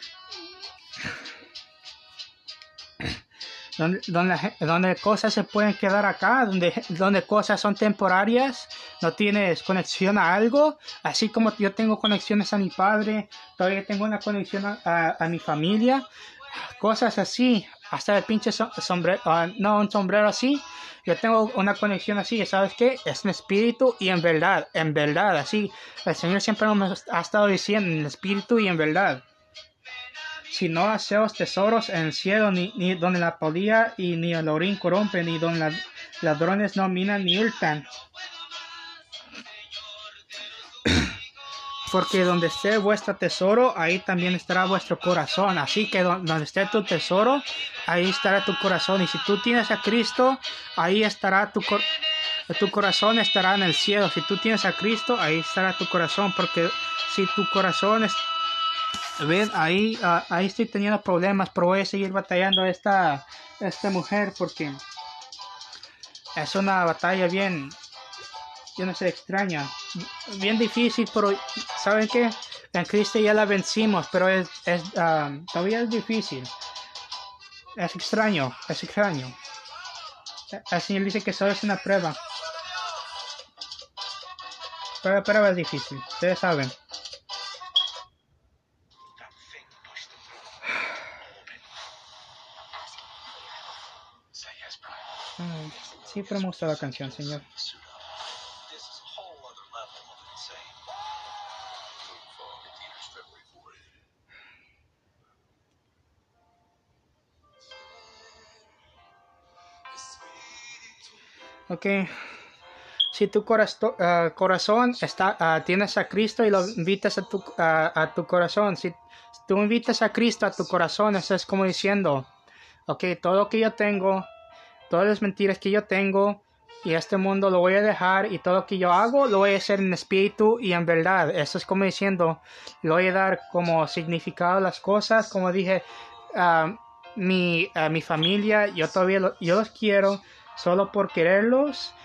Speaker 1: Donde cosas se pueden quedar acá, donde cosas son temporarias, no tienes conexión a algo, así como yo tengo conexiones a mi padre, todavía tengo una conexión a mi familia, cosas así, hasta el pinche sombrero, no un sombrero así, yo tengo una conexión así, ¿sabes qué? Es en espíritu y en verdad, así, el Señor siempre nos ha estado diciendo, en espíritu y en verdad. Si no haceos tesoros en el cielo, ni donde la polilla y ni el orín corrompen, ni donde ladrones no minan ni hurtan. Porque donde esté vuestro tesoro, ahí también estará vuestro corazón. Así que donde esté tu tesoro, ahí estará tu corazón. Y si tú tienes a Cristo, ahí estará tu corazón estará en el cielo. Si tú tienes a Cristo, ahí estará tu corazón. Porque si tu corazón es... Ven, ahí estoy teniendo problemas, pero voy a seguir batallando esta mujer, porque es una batalla bien, yo no sé, extraña, bien difícil, pero ¿saben qué? En Cristo ya la vencimos, pero todavía es difícil, es extraño. El Señor dice que solo es una prueba, pero la prueba es difícil, ustedes saben. Sí, pero me gusta la canción, Señor. Ok. Si tu corazón tienes a Cristo y lo invitas a tu corazón, si tú invitas a Cristo a tu corazón, eso es como diciendo, ok, todo lo que yo tengo, todas las mentiras que yo tengo, y este mundo lo voy a dejar, y todo lo que yo hago lo voy a hacer en espíritu y en verdad. Eso es como diciendo, le voy a dar como significado a las cosas. Como dije, mi familia, yo todavía yo los quiero solo por quererlos.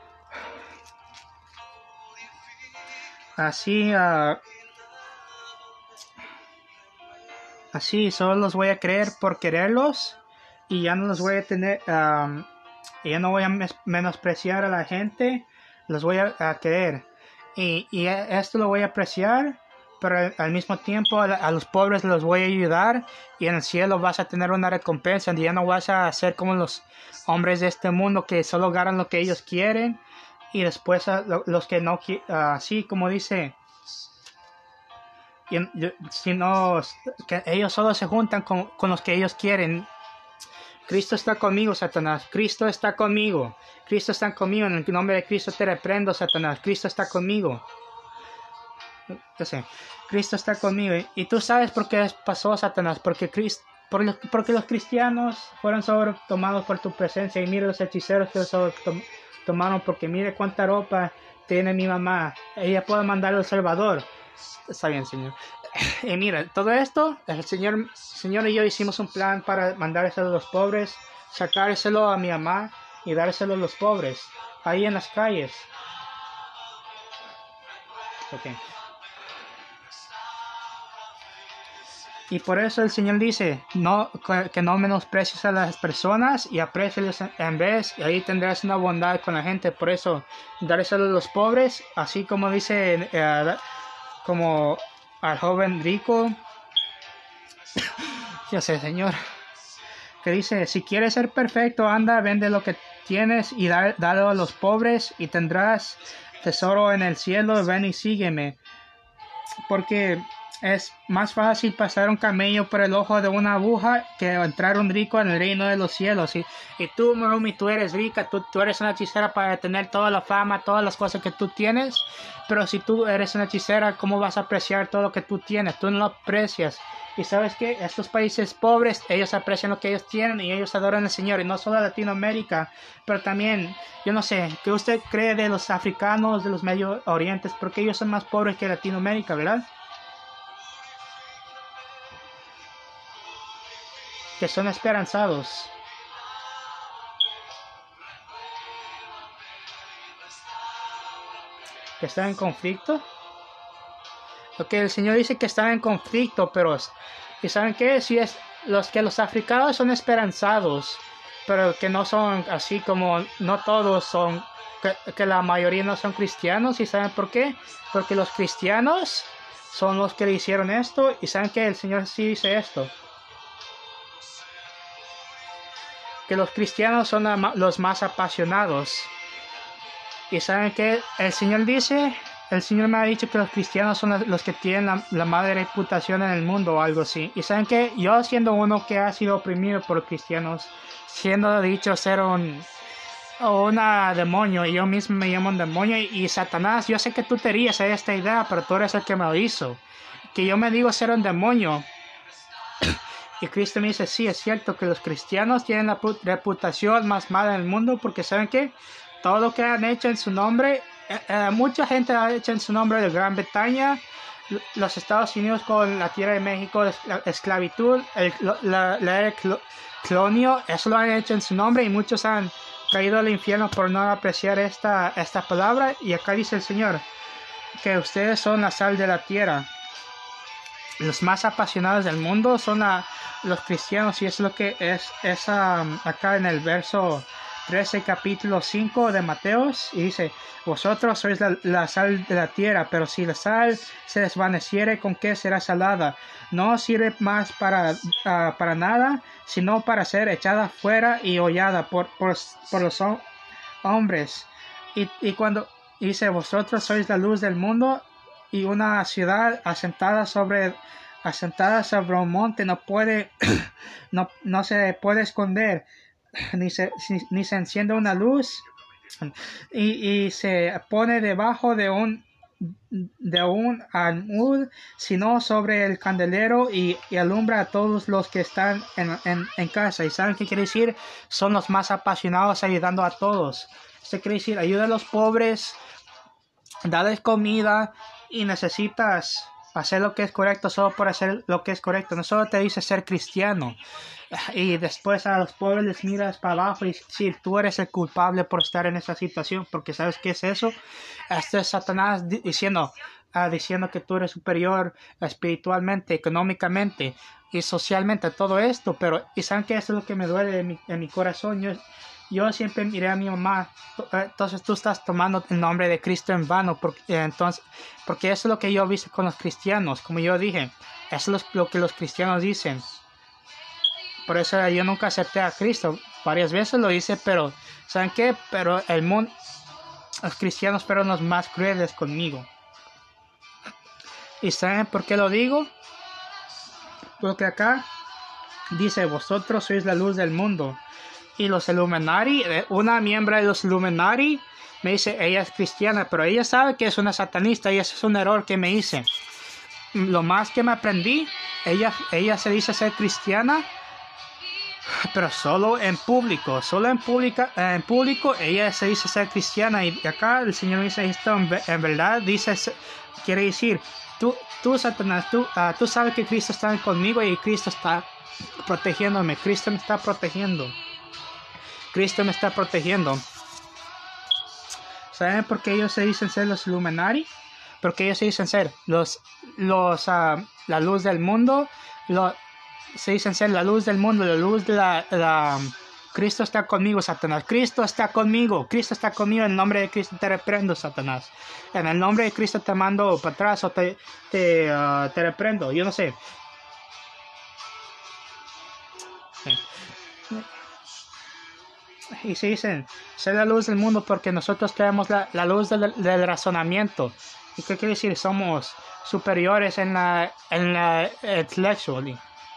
Speaker 1: Así solo los voy a creer por quererlos, y ya no los voy a tener, ya no voy a menospreciar a la gente, los voy a querer, y esto lo voy a apreciar, pero al mismo tiempo a los pobres los voy a ayudar, y en el cielo vas a tener una recompensa, y ya no vas a ser como los hombres de este mundo que solo ganan lo que ellos quieren, y después los que no quieren, así como dice, sino que ellos solo se juntan con los que ellos quieren. Cristo está conmigo, Satanás. Cristo está conmigo. Cristo está conmigo. En el nombre de Cristo te reprendo, Satanás. Cristo está conmigo. Yo sé. Cristo está conmigo. Y tú sabes por qué pasó, Satanás. Porque los cristianos fueron tomados por tu presencia. Y mire los hechiceros que los tomaron. Porque mire cuánta ropa tiene mi mamá. Ella puede mandar al Salvador. Está bien, Señor. Y mira, todo esto, el Señor y yo hicimos un plan para mandárselo a los pobres, sacárselo a mi mamá y dárselo a los pobres, ahí en las calles. Okay. Y por eso el Señor dice, que no menosprecies a las personas y apréciales en vez, y ahí tendrás una bondad con la gente. Por eso, dárselo a los pobres, así como dice, como al joven rico, yo sé, Señor, que dice, si quieres ser perfecto, anda, vende lo que tienes y dalo a los pobres y tendrás tesoro en el cielo, ven y sígueme. Porque es más fácil pasar un camello por el ojo de una aguja que entrar un rico en el reino de los cielos. Y tú, Marumi, tú eres rica, tú eres una hechicera para tener toda la fama, todas las cosas que tú tienes. Pero si tú eres una hechicera, ¿cómo vas a apreciar todo lo que tú tienes? Tú no lo aprecias. Y sabes que estos países pobres, ellos aprecian lo que ellos tienen y ellos adoran al Señor. Y no solo Latinoamérica, pero también, yo no sé, ¿qué usted cree de los africanos, de los Medio Orientes? Porque ellos son más pobres que Latinoamérica, ¿verdad? Que son esperanzados. Que están en conflicto. Porque el Señor dice que están en conflicto, pero ¿y saben qué? Si es los africanos son esperanzados, pero que no son así, como no todos son, que la mayoría no son cristianos. ¿Y saben por qué? Porque los cristianos son los que le hicieron esto. Y saben que el Señor sí dice esto, que los cristianos son los más apasionados. Y saben que el Señor dice, el Señor me ha dicho que los cristianos son los que tienen la mala reputación en el mundo o algo así. Y saben que yo, siendo uno que ha sido oprimido por cristianos, siendo dicho ser una demonio, y yo mismo me llamo un demonio, y Satanás, yo sé que tú te ríes de esta idea, pero tú eres el que me lo hizo, que yo me digo ser un demonio. Y Cristo me dice, sí, es cierto que los cristianos tienen la reputación más mala del mundo, porque ¿saben qué? Todo lo que han hecho en su nombre, mucha gente ha hecho en su nombre de Gran Bretaña, los Estados Unidos con la tierra de México, la esclavitud, la era clonio, eso lo han hecho en su nombre, y muchos han caído al infierno por no apreciar esta palabra. Y acá dice el Señor, que ustedes son la sal de la tierra. Los más apasionados del mundo son los cristianos, y es lo que es acá en el verso 13, capítulo 5 de Mateos, y dice, vosotros sois la sal de la tierra, pero si la sal se desvaneciere, ¿con qué será salada? No sirve más para nada, sino para ser echada fuera y hollada por los hombres. Y cuando dice, vosotros sois la luz del mundo, y una ciudad asentada sobre un monte no se puede esconder, ni se enciende una luz y se pone debajo de de un almud, sino sobre el candelero y alumbra a todos los que están en casa. ¿Y saben qué quiere decir? Son los más apasionados ayudando a todos. Esto quiere decir, ayuda a los pobres, dales comida y necesitas hacer lo que es correcto solo por hacer lo que es correcto. No solo te dice ser cristiano. Y después a los pobres les miras para abajo y si tú eres el culpable por estar en esa situación, porque ¿sabes qué es eso? Este es Satanás diciendo que tú eres superior espiritualmente, económicamente y socialmente, todo esto. Pero ¿y saben qué? Eso es lo que me duele en mi corazón. Yo siempre miré a mi mamá. Entonces tú estás tomando el nombre de Cristo en vano, porque eso es lo que yo vi con los cristianos. Como yo dije, eso es lo que los cristianos dicen. Por eso yo nunca acepté a Cristo. Varias veces lo hice, pero ¿saben qué? Pero los cristianos fueron los más crueles conmigo. ¿Y saben por qué lo digo? Porque acá dice, vosotros sois la luz del mundo. Y los Illuminati, una miembro de los Illuminati me dice, ella es cristiana, pero ella sabe que es una satanista y ese es un error que me hice. Lo más que me aprendí, ella se dice ser cristiana, pero solo en público, en público ella se dice ser cristiana. Y acá el Señor me dice esto, en verdad quiere decir, tú Satanás, tú sabes que Cristo está conmigo y Cristo está protegiéndome, Cristo me está protegiendo. ¿Saben por qué ellos se dicen ser los Illuminati? Porque ellos se dicen ser la luz del mundo, se dicen ser la luz del mundo, la luz de la Cristo está conmigo, Satanás. Cristo está conmigo. En el nombre de Cristo te reprendo, Satanás. En el nombre de Cristo te mando para atrás o te reprendo. Yo no sé. Y se dicen, ser la luz del mundo porque nosotros tenemos la luz del razonamiento. ¿Y qué quiere decir? Somos superiores en la intellectually.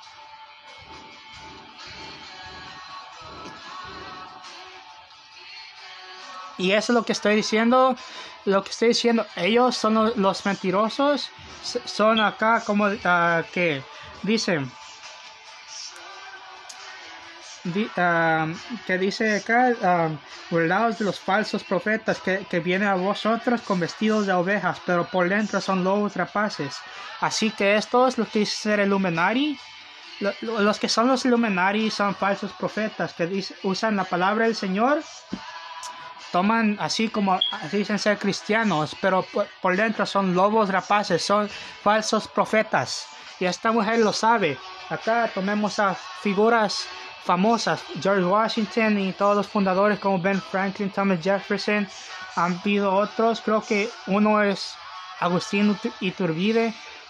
Speaker 1: Y eso es lo que estoy diciendo. Ellos son los mentirosos. Son acá como que dicen. Que dice acá, burlaos de los falsos profetas que vienen a vosotros con vestidos de ovejas, pero por dentro son lobos rapaces. Así que estos, los que dicen ser Illuminati, los que son los Illuminati son falsos profetas que usan la palabra del Señor, toman así dicen ser cristianos, pero por dentro son lobos rapaces, son falsos profetas. Y esta mujer lo sabe. Acá tomemos a figuras famosas, George Washington y todos los fundadores como Ben Franklin, Thomas Jefferson. Han habido otros, creo que uno es Agustín Iturbide.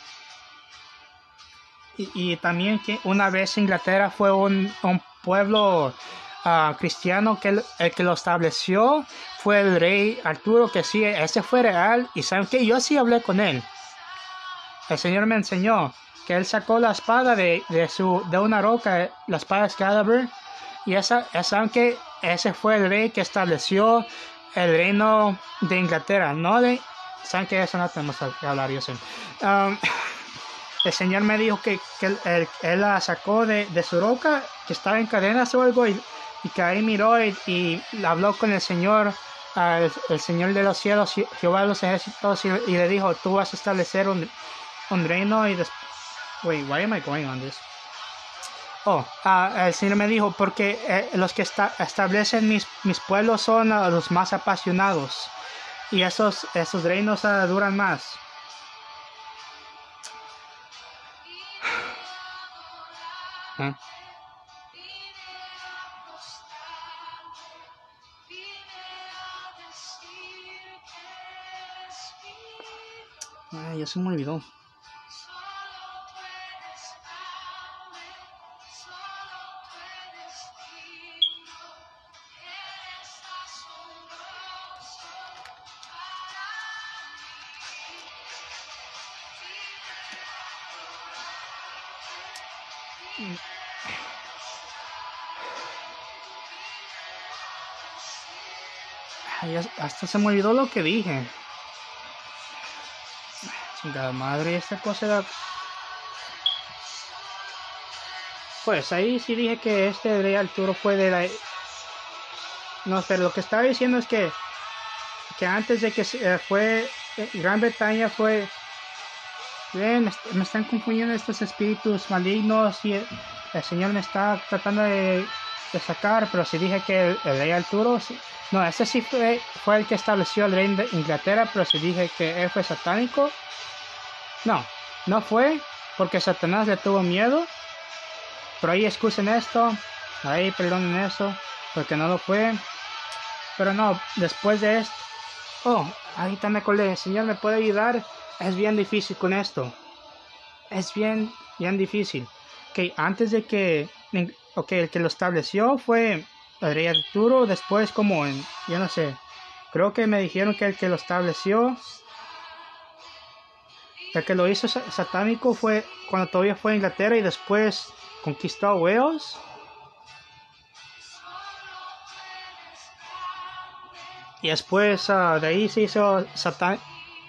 Speaker 1: Y también que una vez Inglaterra fue un pueblo cristiano, que el que lo estableció fue el rey Arturo, que sí, ese fue real. Y saben que yo sí hablé con él. El Señor me enseñó que él sacó la espada de una roca, la espada Excalibur, y saben que ese fue el rey que estableció el reino de Inglaterra. Saben que eso no tenemos que hablar, yo sé. El Señor me dijo que él la sacó de su roca, que estaba en cadenas o algo, y que ahí miró y habló con el Señor, el Señor de los cielos, Jehová de los ejércitos, y le dijo, tú vas a establecer un reino. Y wait, why am I going on this? El Señor me dijo, porque los que establecen mis pueblos son los más apasionados, y esos reinos duran más. Ya se me olvidó. Hasta se me olvidó lo que dije. La madre, esta cosa era... Pues ahí sí dije que este rey Arturo fue de la... No, pero lo que estaba diciendo es que antes de que fue... Gran Bretaña fue... me están confundiendo estos espíritus malignos y el Señor me está tratando de sacar, pero si dije que el rey Arturo... No, ese sí fue el que estableció el rey de Inglaterra, pero si dije que él fue satánico... No, no fue porque Satanás le tuvo miedo. Pero ahí excusen esto, ahí perdonen eso, porque no lo fue. Pero no, después de esto... Oh, ahorita me acordé, el Señor me puede ayudar. Es bien difícil con esto. Es bien difícil. Ok, antes de que... Ok, el que lo estableció fue el rey Arturo. Después como en... Yo no sé. Creo que me dijeron que el que lo estableció... El que lo hizo satánico fue cuando todavía fue a Inglaterra y después conquistó a Wales. Y después de ahí se hizo Satán.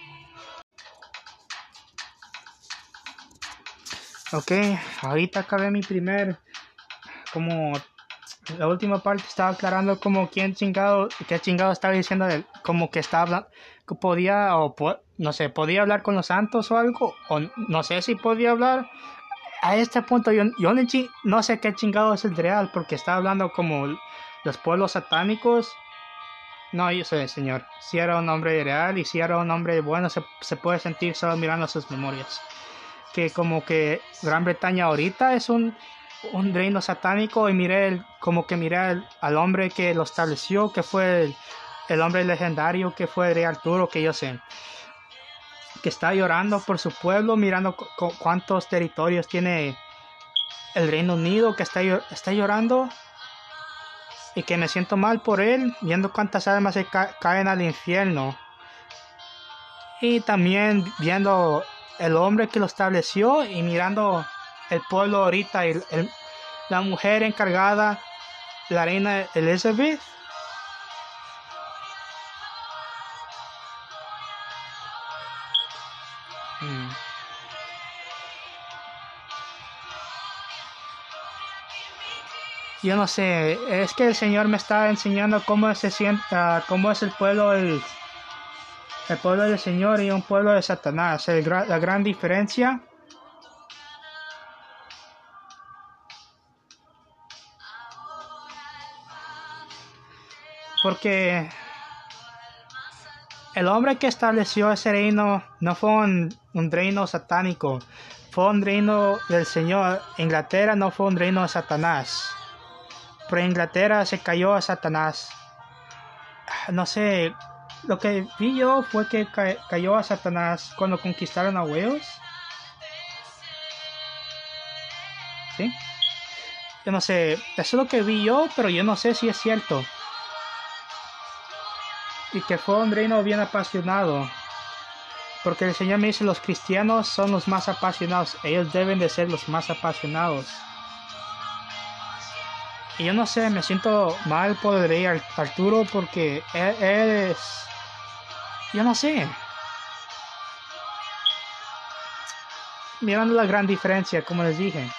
Speaker 1: Ok, ahorita acabé mi primer. Como la última parte estaba aclarando como quién chingado, qué chingado estaba diciendo, como que estaba hablando, que podía, no sé, podía hablar con los santos o algo, o no sé si podía hablar. A este punto yo no sé qué chingado es el real, porque estaba hablando como los pueblos satánicos. No, yo sé, señor. Si era un hombre real y si era un hombre bueno, se puede sentir solo mirando sus memorias. Que como que Gran Bretaña ahorita es un reino satánico y como que miré al hombre que lo estableció, que fue el hombre legendario, que fue el rey Arturo, que yo sé. Que está llorando por su pueblo, mirando cuántos territorios tiene el Reino Unido, que está llorando. Y que me siento mal por él, viendo cuántas almas se caen al infierno. Y también viendo el hombre que lo estableció y mirando el pueblo ahorita y la mujer encargada, la reina Elizabeth. Yo no sé, es que el Señor me está enseñando cómo se siente, cómo es el pueblo del Señor y un pueblo de Satanás. La gran diferencia. Porque el hombre que estableció ese reino no fue un reino satánico, fue un reino del Señor. Inglaterra no fue un reino de Satanás, pero Inglaterra se cayó a Satanás. No sé, lo que vi yo fue que cayó a Satanás cuando conquistaron a Wales. ¿Sí? Yo no sé, eso es lo que vi yo, pero yo no sé si es cierto. Y que fue un reino bien apasionado. Porque el Señor me dice, los cristianos son los más apasionados. Ellos deben de ser los más apasionados. Y yo no sé, me siento mal por el rey Arturo porque él es... Yo no sé. Mirando la gran diferencia, como les dije.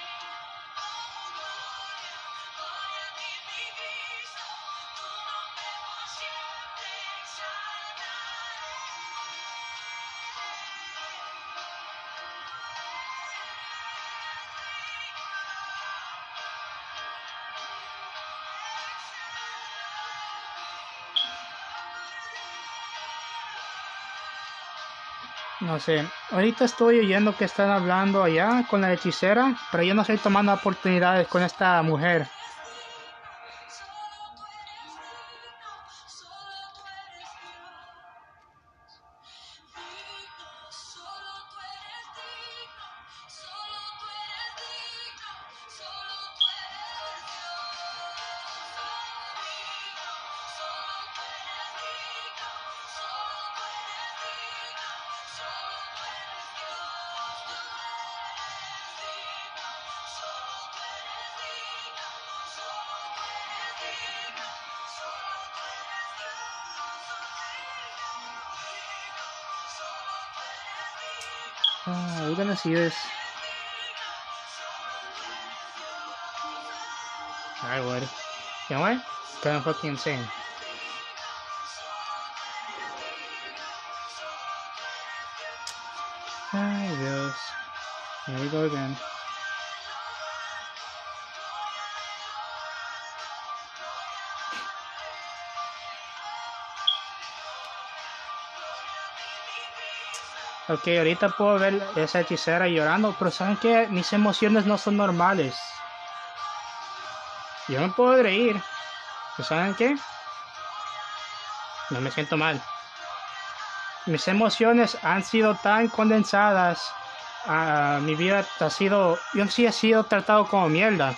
Speaker 1: No sé, ahorita estoy oyendo que están hablando allá con la hechicera, pero yo no estoy tomando oportunidades con esta mujer. We're gonna see this. I would. You know what? Kind of fucking insane. Ay, Dios. Here we go again. Ok, ahorita puedo ver esa hechicera llorando, pero ¿saben qué? Mis emociones no son normales. Yo me puedo reír, pero ¿saben qué? No me siento mal. Mis emociones han sido tan condensadas. Mi vida ha sido... Yo sí he sido tratado como mierda.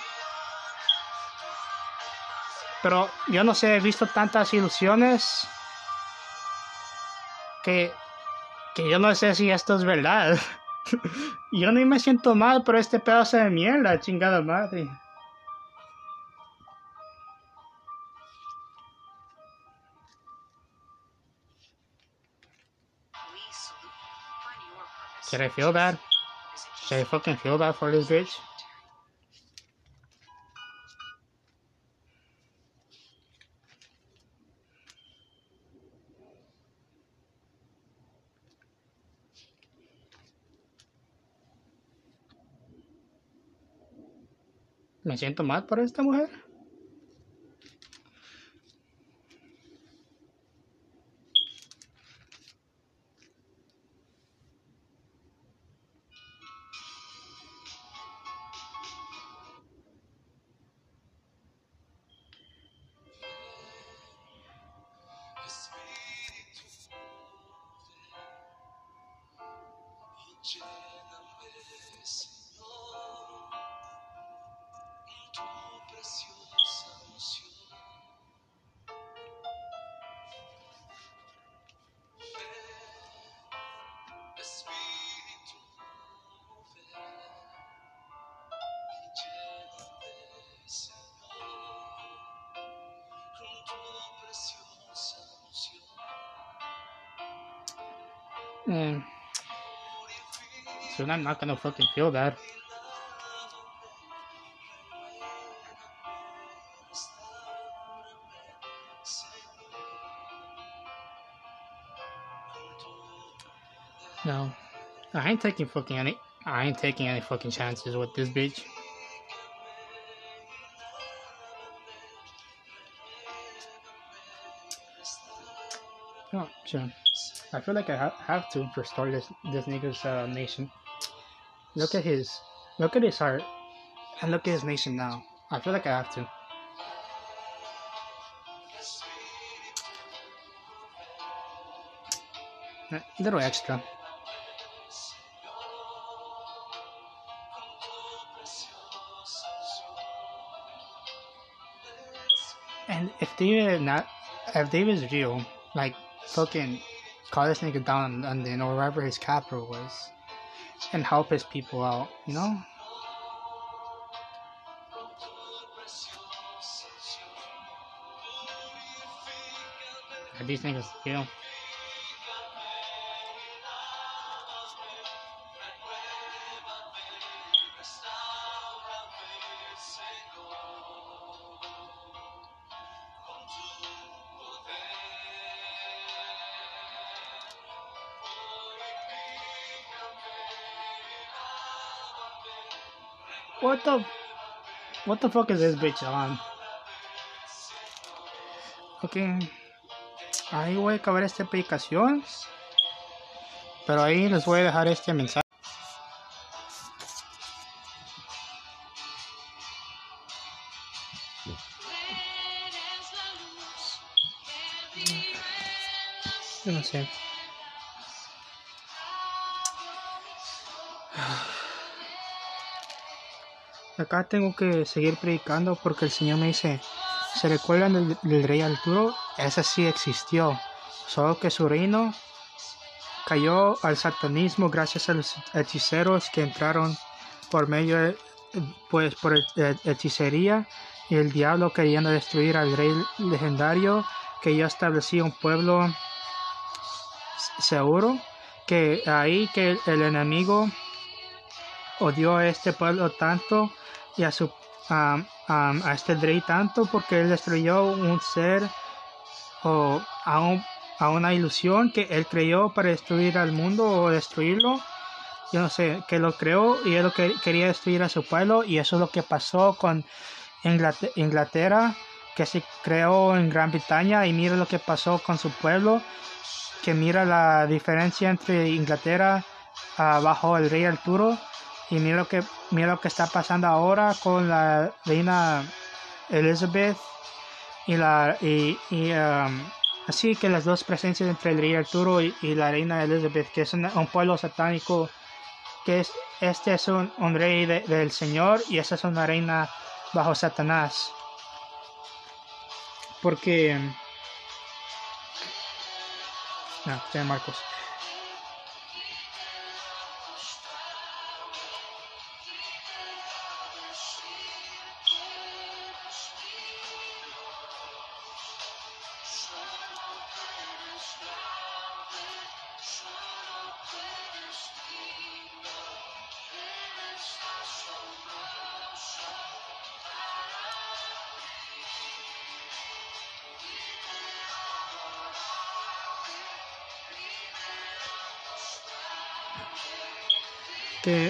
Speaker 1: Pero yo no sé, he visto tantas ilusiones que yo no sé si esto es verdad. Yo ni me siento mal por este pedazo de mierda, chingada madre. Should I feel bad? Should I fucking feel bad for this bitch? ¿Me siento mal por esta mujer? Soon I'm not gonna fucking feel bad. No, I ain't taking any fucking chances with this bitch. Oh, sure. I feel like I have to restore this nigga's nation. Look at his heart, and look at his nation now. I feel like I have to. A little extra. And if David's real, like fucking call this nigga down and wherever his capital was, and help his people out, you know? Are these niggas real? What the fuck is this bitch on? Ok, ahí voy a acabar esta aplicación, pero ahí les voy a dejar este mensaje. Yo no sé. Acá tengo que seguir predicando porque el Señor me dice, ¿se recuerdan del rey Arturo? Ese sí existió, solo que su reino cayó al satanismo gracias a los hechiceros que entraron por medio de, por hechicería, y el diablo queriendo destruir al rey legendario que yo establecí un pueblo seguro, que ahí que el enemigo odió a este pueblo tanto y a su a este rey tanto porque él destruyó un ser o a una ilusión que él creyó para destruir al mundo o destruirlo. Yo no sé, que lo creó y él lo que quería destruir a su pueblo, y eso es lo que pasó con Inglaterra, que se creó en Gran Bretaña, y mira lo que pasó con su pueblo, que mira la diferencia entre Inglaterra bajo el rey Arturo, y mira lo que está pasando ahora con la reina Elizabeth así que las dos presencias entre el rey Arturo y la reina Elizabeth, que es un pueblo satánico, que este es un rey del Señor y esa es una reina bajo Satanás. Porque no, estoy en Marcos. Que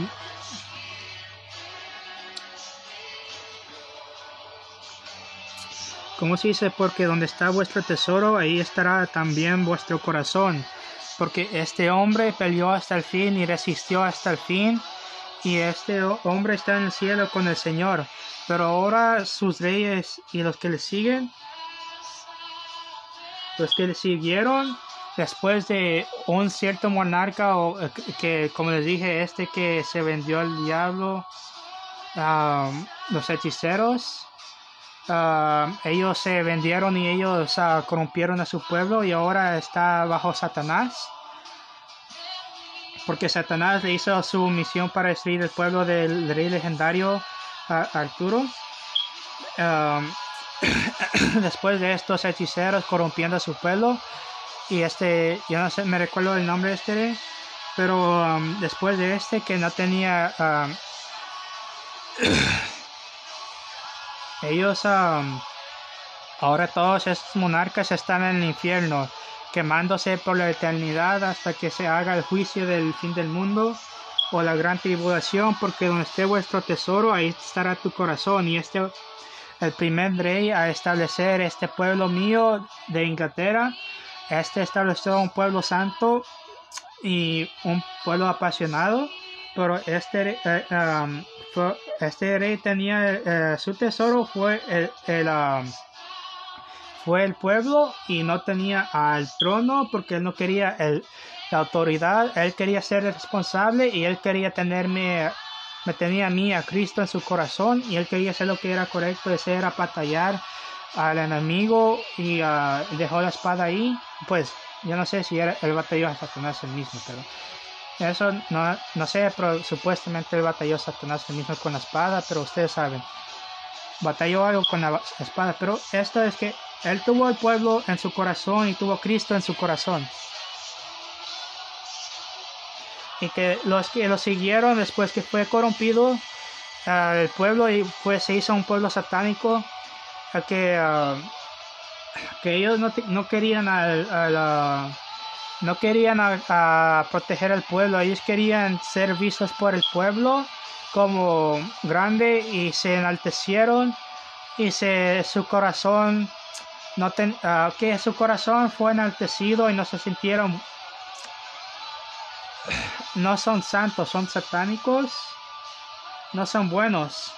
Speaker 1: ¿cómo se dice? Porque donde está vuestro tesoro, ahí estará también vuestro corazón. Porque este hombre peleó hasta el fin y resistió hasta el fin, y este hombre está en el cielo con el Señor. Pero ahora sus reyes y los que le siguen, los que le siguieron, después de un cierto monarca, que como les dije, que se vendió al diablo, los hechiceros, ellos se vendieron y ellos corrompieron a su pueblo y ahora está bajo Satanás, porque Satanás le hizo su misión para destruir el pueblo del rey legendario Arturo. Después de estos hechiceros corrompiendo a su pueblo, y yo no sé, me recuerdo el nombre de pero después de que no tenía ellos ahora todos estos monarcas están en el infierno, quemándose por la eternidad hasta que se haga el juicio del fin del mundo o la gran tribulación, porque donde esté vuestro tesoro, ahí estará tu corazón. Y el primer rey a establecer este pueblo mío de Inglaterra, estableció un pueblo santo y un pueblo apasionado, pero este rey tenía su tesoro fue el pueblo, y no tenía al trono porque él no quería la autoridad, él quería ser responsable y él quería me tenía a mí, a Cristo en su corazón, y él quería hacer lo que era correcto, de ser batallar al enemigo, y dejó la espada ahí. Pues yo no sé si él batalló a Satanás el mismo, pero eso no sé, pero supuestamente él batalló a Satanás el mismo con la espada, pero ustedes saben, batalló algo con la espada. Pero esto es que él tuvo el pueblo en su corazón y tuvo a Cristo en su corazón, y que los que lo siguieron después que fue corrompido el pueblo y se hizo un pueblo satánico, que ellos no querían no querían a proteger al pueblo, ellos querían ser vistos por el pueblo como grande, y se enaltecieron, y su corazón su corazón fue enaltecido y no se sintieron, no son santos, son satánicos, no son buenos.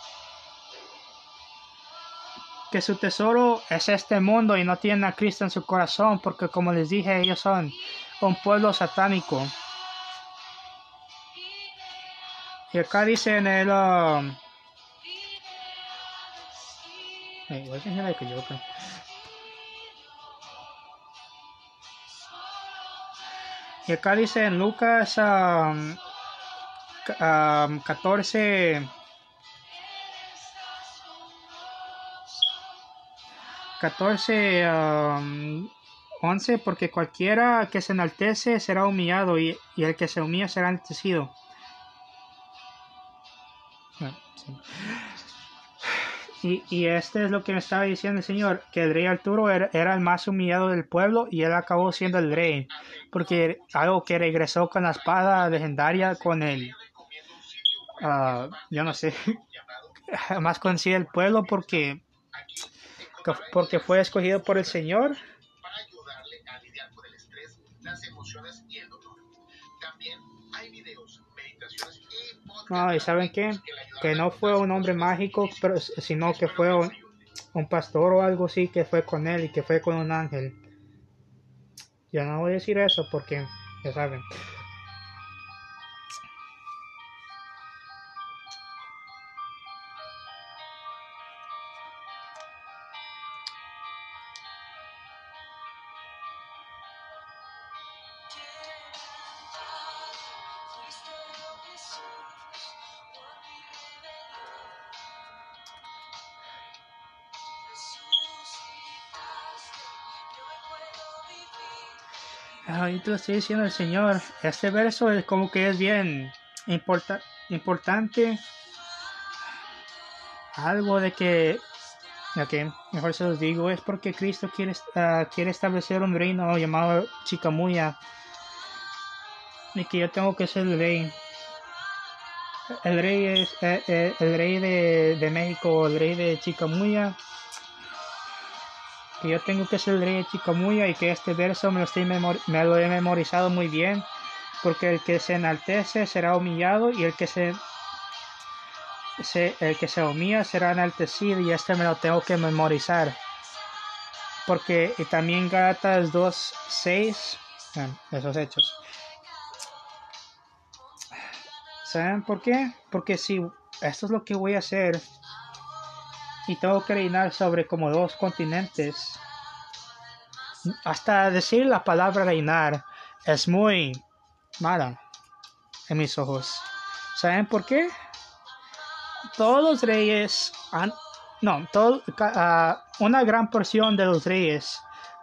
Speaker 1: Que su tesoro es este mundo y no tienen a Cristo en su corazón, porque como les dije, ellos son un pueblo satánico. Y acá dice en el y acá dice en Lucas 14 14 11, porque cualquiera que se enaltece será humillado y el que se humilla será enaltecido. Y este es lo que me estaba diciendo el Señor, que el rey Arturo era el más humillado del pueblo y él acabó siendo el rey, porque algo que regresó con la espada legendaria, con el, yo no sé, más conocido del pueblo porque fue escogido por el Señor.
Speaker 2: Para ayudarle a lidiar con el estrés, las emociones y el dolor. También hay videos, meditaciones y podcasts.
Speaker 1: No, ¿y saben qué? Que no fue un hombre mágico, sino que fue un pastor o algo así que fue con él y que fue con un ángel. Yo no voy a decir eso porque, ya saben. Ahí te lo estoy diciendo el Señor. Este verso es como que es bien importante. Algo de que, mejor se los digo, es porque Cristo quiere establecer un reino llamado Chicamuya. Y que yo tengo que ser el rey. El rey es el rey de México, el rey de Chicamuya. Que yo tengo que ser el rey de Chicamuya y que este verso me lo he memorizado muy bien, porque el que se enaltece será humillado y el que se humilla será enaltecido, y este me lo tengo que memorizar, porque y también Gálatas 2:6, esos hechos. ¿Saben por qué? Porque si esto es lo que voy a hacer y tengo que reinar sobre como 2 continentes, hasta decir la palabra reinar es muy mala en mis ojos. ¿Saben por qué? Todos los reyes una gran porción de los reyes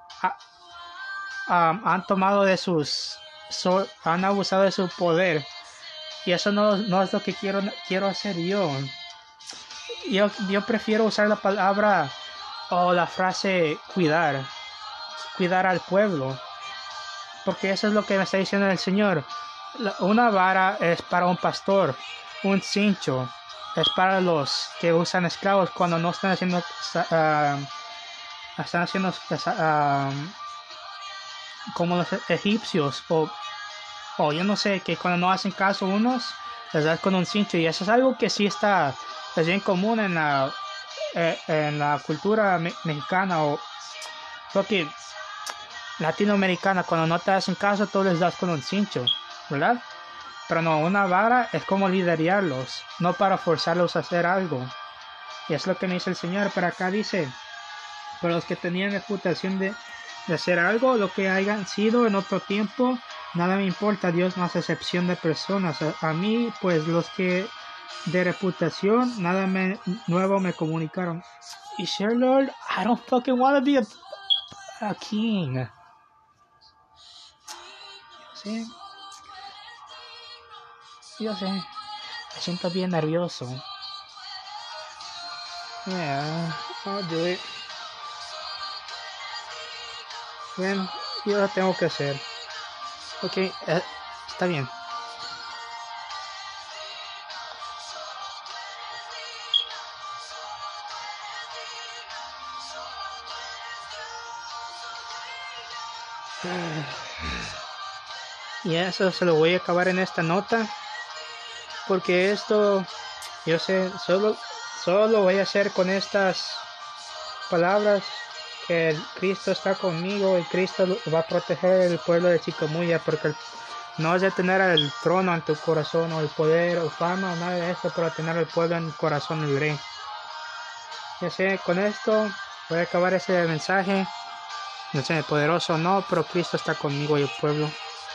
Speaker 1: han tomado de han abusado de su poder, y eso no es lo que quiero hacer yo. Yo prefiero usar la palabra o la frase cuidar al pueblo, porque eso es lo que me está diciendo el Señor. Una vara es para un pastor, un cincho es para los que usan esclavos cuando no están haciendo como los egipcios, o yo no sé, que cuando no hacen caso unos les das con un cincho, y eso es algo que sí es bien común en la cultura mexicana, o creo que latinoamericana. Cuando no te hacen caso tú les das con un cincho, ¿verdad? Pero no, una vara es como liderarlos, no para forzarlos a hacer algo. Y es lo que me dice el Señor. Pero acá dice, para los que tenían reputación de hacer algo, lo que hayan sido en otro tiempo, nada me importa, Dios no hace excepción de personas. A mí, pues, los que de reputación, nada nuevo me comunicaron. Y sure, Lord, I don't fucking want to be a king. ¿Sí? Yo sé, me siento bien nervioso. Yeah, I'll do it. Bueno, yo lo tengo que hacer. Ok, está bien. Y eso se lo voy a acabar en esta nota, porque esto, yo sé, solo lo voy a hacer con estas palabras, que Cristo está conmigo y Cristo va a proteger el pueblo de Chicamuya, porque no es de tener el trono en tu corazón, o el poder o fama o nada de esto, pero tener el pueblo en el corazón del rey. Ya sé, con esto voy a acabar ese mensaje. No sé, poderoso o no, pero Cristo está conmigo y el pueblo.